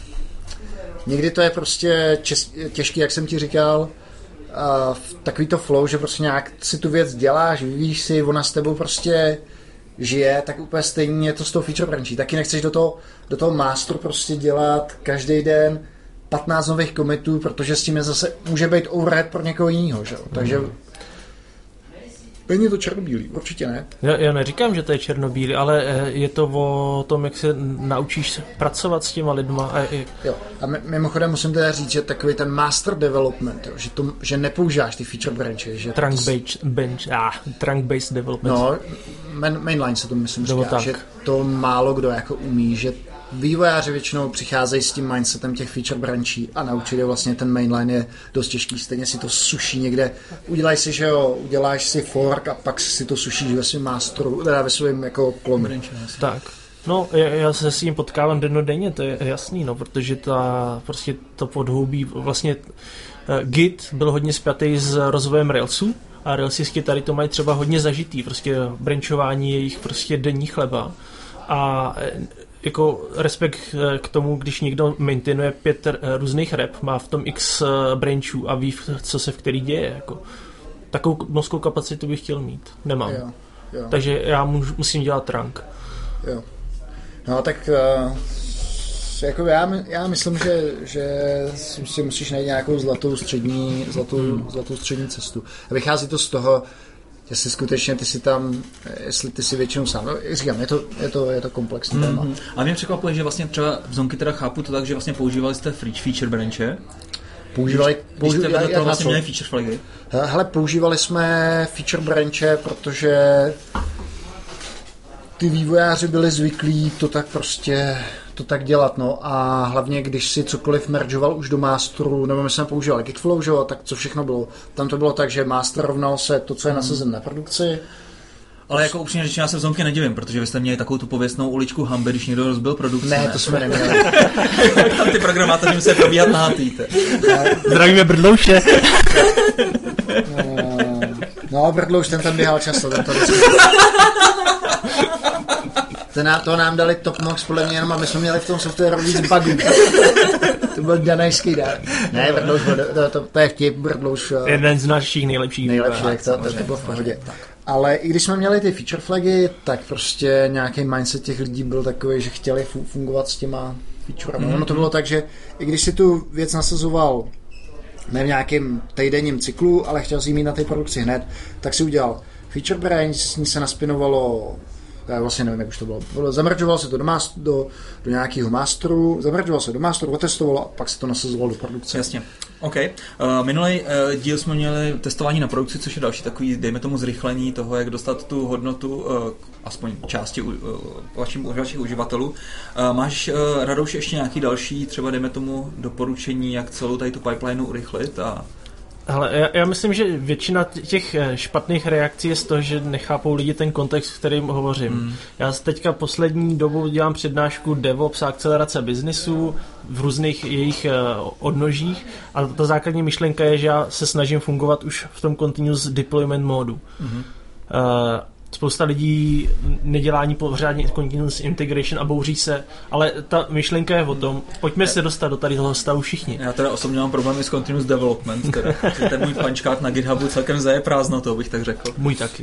někdy to je prostě čes... těžký, jak jsem ti říkal, uh, takový to flow, že prostě nějak si tu věc děláš, vyvíjíš si, ona s tebou prostě žije, tak úplně stejně je to s tou feature branchí. Taky nechceš do toho, do toho masteru prostě dělat každý den patnáct nových commitů, protože s tím je zase může být overhead pro někoho jiného, že? Takže mm. není to černobílý, určitě ne. Já, já neříkám, že to je černobílý, ale je to o tom, jak se naučíš pracovat s těma lidma. A jak... Jo. A mimochodem musím teda říct, že takový ten master development, jo, že, to, že nepoužíváš ty feature branches. Že trunk, to... bench, bench, ah, trunk based development. No, main, mainline se to myslím říká, že to málo kdo jako umí, že vývojáři většinou přicházejí s tím mindsetem těch feature branchí a naučit je vlastně ten mainline je dost těžký, stejně si to suší někde, udělaj si, že jo, uděláš si fork a pak si to sušíš ve svém masteru, teda ve svém jako klonu. Tak. No, já, já se s tím potkávám dennodenně, to je jasný, no, protože ta, prostě to podhoubí, vlastně uh, Git byl hodně spjatý s rozvojem Railsu a Railsisti tady to mají třeba hodně zažitý, prostě branchování jejich prostě denní chleba a jako respekt k tomu, když někdo maintainuje pět různých rep, má v tom x branchů a ví, co se v který děje, jako takovou mozkovou kapacitu bych chtěl mít, nemám. Jo, jo. Takže já můžu, musím dělat trunk. Jo. No tak uh, jako já, já myslím, že, že si musíš najít nějakou zlatou střední, zlatou, hmm. zlatou střední cestu. A vychází to z toho, jestli skutečně ty si tam, jestli ty si většinou sám, no, říkám, je to, je to, je to komplexní téma. Mm-hmm. A mě překvapuje, že vlastně třeba v Zonky teda chápu to tak, že vlastně používali jste feature branche. Používali, když, použi- když jste to vlastně měli feature flagy. Hele, používali jsme feature branche, protože ty vývojáři byli zvyklí to tak prostě to tak dělat, no a hlavně, když si cokoliv mergeoval už do masteru, nebo my jsme používali Gitflow, že jo, tak co všechno bylo. Tam to bylo tak, že master rovnal se to, co je nasazen na produkci Ale jako upřímně řečeno, já se v Zomky nedivím, protože vy jste měli takovou tu pověstnou uličku hanby, když někdo rozbil produkci. Ne, ne? to jsme neměli. Tam ty programátoři musí probíhat nahátýte. Zdravíme Brdlouše. No, Brdlouš, ten tam běhal často. Ten to ten nám, to nám dali Top Mox podle mě jenom, aby jsme měli v tom softwaru víc bugů. To byl danajský dár. Ne, Brdlouš, to, to, to je vtip, Brdlouš. Jeden z našich nejlepších. Nejlepší, tak to, to, to bylo v pohodě. Ale i když jsme měli ty feature flagy, tak prostě nějaký mindset těch lidí byl takový, že chtěli fungovat s těma featuremi. Mm-hmm. Ono to bylo tak, že i když si tu věc nasazoval ne v nějakém týdenním cyklu, ale chtěl si ji mít na té produkci hned, tak si udělal feature brain, s ní se naspinovalo, já vlastně nevím, jak už to bylo, zamržoval se to do, master, do, do nějakého masteru, zamržoval se do masteru, otestovalo a pak se to nasazovalo do produkce. Jasně. OK. Uh, minulý uh, díl jsme měli testování na produkci, což je další takový, dejme tomu, zrychlení toho, jak dostat tu hodnotu, uh, aspoň části uh, vašim, vašich uživatelů. Uh, máš, uh, Radouš, ještě nějaký další, třeba dejme tomu, doporučení, jak celou tady tu pipeline urychlit? A... Hele, já, já myslím, že většina těch špatných reakcí je z toho, že nechápou lidi ten kontext, v kterým hovořím. Hmm. Já teďka poslední dobou dělám přednášku DevOps a akcelerace biznisu v různých jejich odnožích a ta základní myšlenka je, že já se snažím fungovat už v tom continuous deployment módu. Hmm. Uh, Spousta lidí nedělá ani pořádně continuous integration a bouří se, ale ta myšlenka je o tom, pojďme se dostat do tady toho stavu všichni. Já teda osobně mám problémy s continuous development, teda. Ten můj punchcard na GitHubu celkem zaje prázdnotou, bych tak řekl. Můj taky.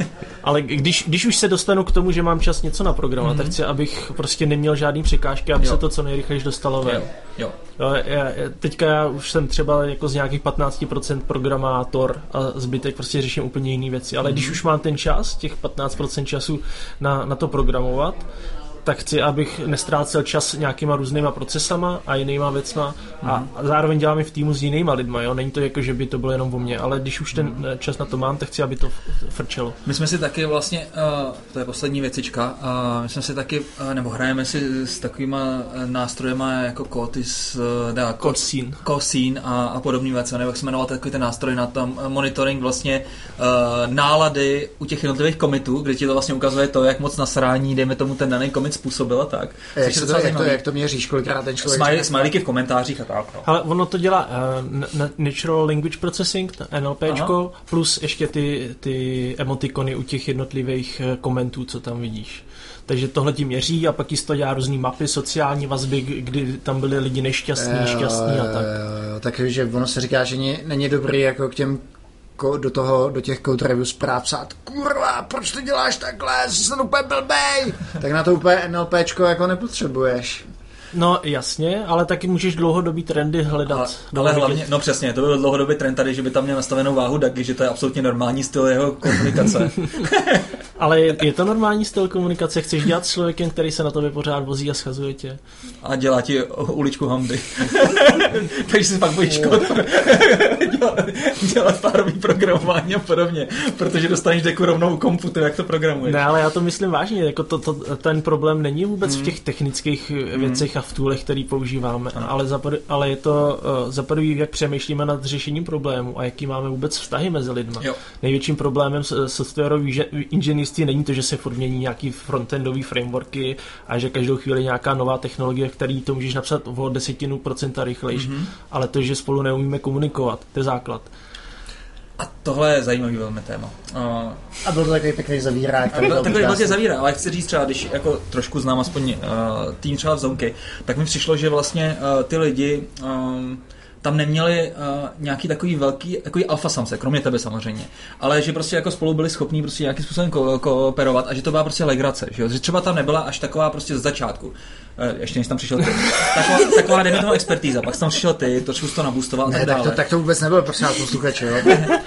Ale když, když už se dostanu k tomu, že mám čas něco naprogramovat, mm-hmm. tak chci, abych prostě neměl žádný překážky, aby jo. se to co nejrychleji dostalo ven. Jo. Jo. Jo, já, teďka já už jsem třeba jako z nějakých patnáct procent programátor a zbytek prostě řeším úplně jiné věci, ale mm-hmm. když už mám ten čas, těch patnáct procent času na, na to programovat, tak chci, abych nestrácel čas nějakýma různýma procesama a jinýma věcma a, a zároveň dělám i v týmu s jinýma lidma, jo? Není to jako, že by to bylo jenom o mně, ale když už ten čas na to mám, tak chci, aby to frčelo. My jsme si taky vlastně, uh, to je poslední věcička, uh, my jsme si taky, uh, nebo hrajeme si s takovýma nástrojema jako Cotis, uh, da, Cosine Cosine a, a podobný věci, nebo jak se jmenoval takový ten nástroj na tom uh, monitoring vlastně uh, nálady u těch jednotlivých commitů, kde ti to vlastně ukazuje to, jak moc nasrání, dejme tomu ten daný commit způsobila tak. Jak, to, jak, to, jak to měříš, kolikrát ten člověk... Smiley, smileyky v komentářích a tak. No. Ale ono to dělá uh, Natural Language Processing, NLPčko, aha. plus ještě ty, ty emotikony u těch jednotlivých komentů, co tam vidíš. Takže tohle ti měří a pak jí to dělá různý mapy, sociální vazby, kdy tam byli lidi nešťastní, jo, šťastní a tak. Jo, takže ono se říká, že není dobrý jako k těm do toho, do těch code review zpráv psát, kurva, proč to děláš takhle, jsi snad úplně blbej, tak na to úplně NLPčko jako nepotřebuješ. No jasně, ale taky můžeš dlouhodobý trendy hledat. Ale, ale hlavně, no přesně, to byl dlouhodobý trend tady, že by tam měl nastavenou váhu Dagi, že to je absolutně normální styl jeho komunikace. Ale je, je to normální styl komunikace? Chceš dělat s člověkem, který se na tobě pořád vozí a schazuje tě? A dělá ti uličku hamby. Takže si pak budeš kód dělat, dělat párový programování a podobně, protože dostaneš deku rovnou komputer, jak to programuješ. Ne, ale já to myslím vážně, jako to, to, ten problém není vůbec hmm. v těch technických hmm. věcech a v toolech, který používáme, hmm. ale, zapad, ale je to uh, zapadují, jak přemýšlíme nad řešením problému a jaký máme vůbec vztahy mezi lidma. Jo. Největším problémem softwarový inženýrství není to, že se furt mění nějaký frontendový frameworky a že každou chvíli nějaká nová technologie, který to můžeš napsat o desetinu procenta rychlejš, mm-hmm. ale to, že spolu neumíme komunikovat, to je základ. A tohle je zajímavý velmi téma. Uh, a byl to takový pěkný zavírák. Takový velký zavírák, ale chci říct třeba, když jako trošku znám aspoň uh, tým třeba v Zonky, tak mi přišlo, že vlastně uh, ty lidi um, tam neměli uh, nějaký takový velký, takový alfa samce, kromě tebe samozřejmě, ale že prostě jako spolu byli schopní prostě nějakým způsobem ko- kooperovat a že to byla prostě legrace, že, jo? Že třeba tam nebyla až taková prostě z začátku, uh, ještě než tam přišel ty, taková, taková dejme toho expertíza, pak tam přišel ty, trošku to naboostoval a tak dále. Tak to, tak to vůbec nebylo prostě nás posluchače, jo?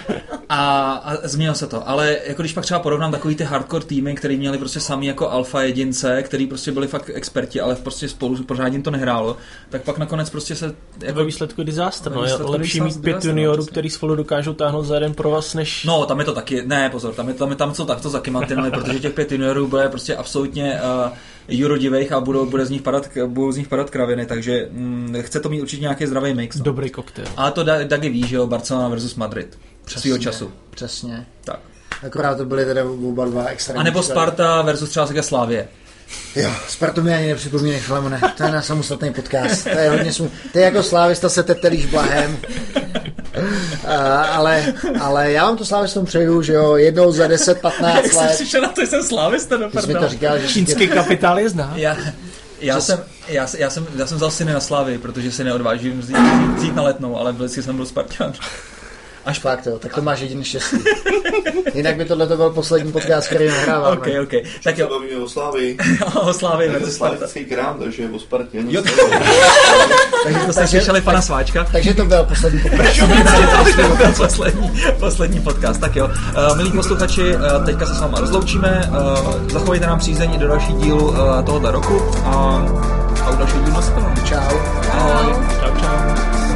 A, a změnilo se to, ale jako když pak třeba porovnám takový ty hardcore týmy, který měli prostě sami jako alfa jedince, který prostě byli fakt experti, ale prostě spolu pořádně to nehrálo, tak pak nakonec prostě se jako ve výsledku disaster, no, je lepší mít pět juniorů, který spolu dokážou táhnout za jeden provaz, než... No, tam je to taky, ne, pozor, tam je tam, je, tam co takto zakymantinili, protože těch pět juniorů bude prostě absolutně uh, jurodivejch a budou, bude z nich padat, budou z nich padat kraviny, takže mm, chce to mít určitě nějaký zdravý mix. No. Dobrý koktejl. Ale to Dagi ví, že jo, Barcelona versus Madrid. Svýho času. Přesně. Tak. Akorát to byly teda oba dva extrémní. A nebo Sparta versus třeba Sega Slavie. Jo, Spartu mi ani nepřipomínej, Filemone, to je na samostatný podcast, to je hodně smutný. Ty jako slávista se tetelíš blahem, uh, ale, ale já vám to slávistom přeju, že jo, jednou za deset patnáct let. Jak jsem přišel na to, že jsem slávista do prdele. To říkal, že čínský tě... kapitál je zná. Já, já, jsem, já, já, jsem, já jsem vzal syny na Slávy, protože si neodvážím vzít, vzít na Letnou, ale vždycky jsem byl Spartan. Až fakt, jo, tak to máš jediný štěstí. Jinak by tohle byl poslední podcast, který nahráváme. Ok, ok. Tak jo. Bavíme o Slávii. O Slávii. To je slavický krám, takže o Spartě. Jo. Takže to jste slyšeli pana Sváčka. Takže to byl poslední podcast. to byl poslední, poslední podcast. Tak jo. Uh, milí posluchači, uh, teďka se s váma rozloučíme. Uh, zachovejte nám přízeň i do další dílu uh, tohoto roku. Uh, a u dalšího dílu se. Čau. Ahoj. Čau, čau.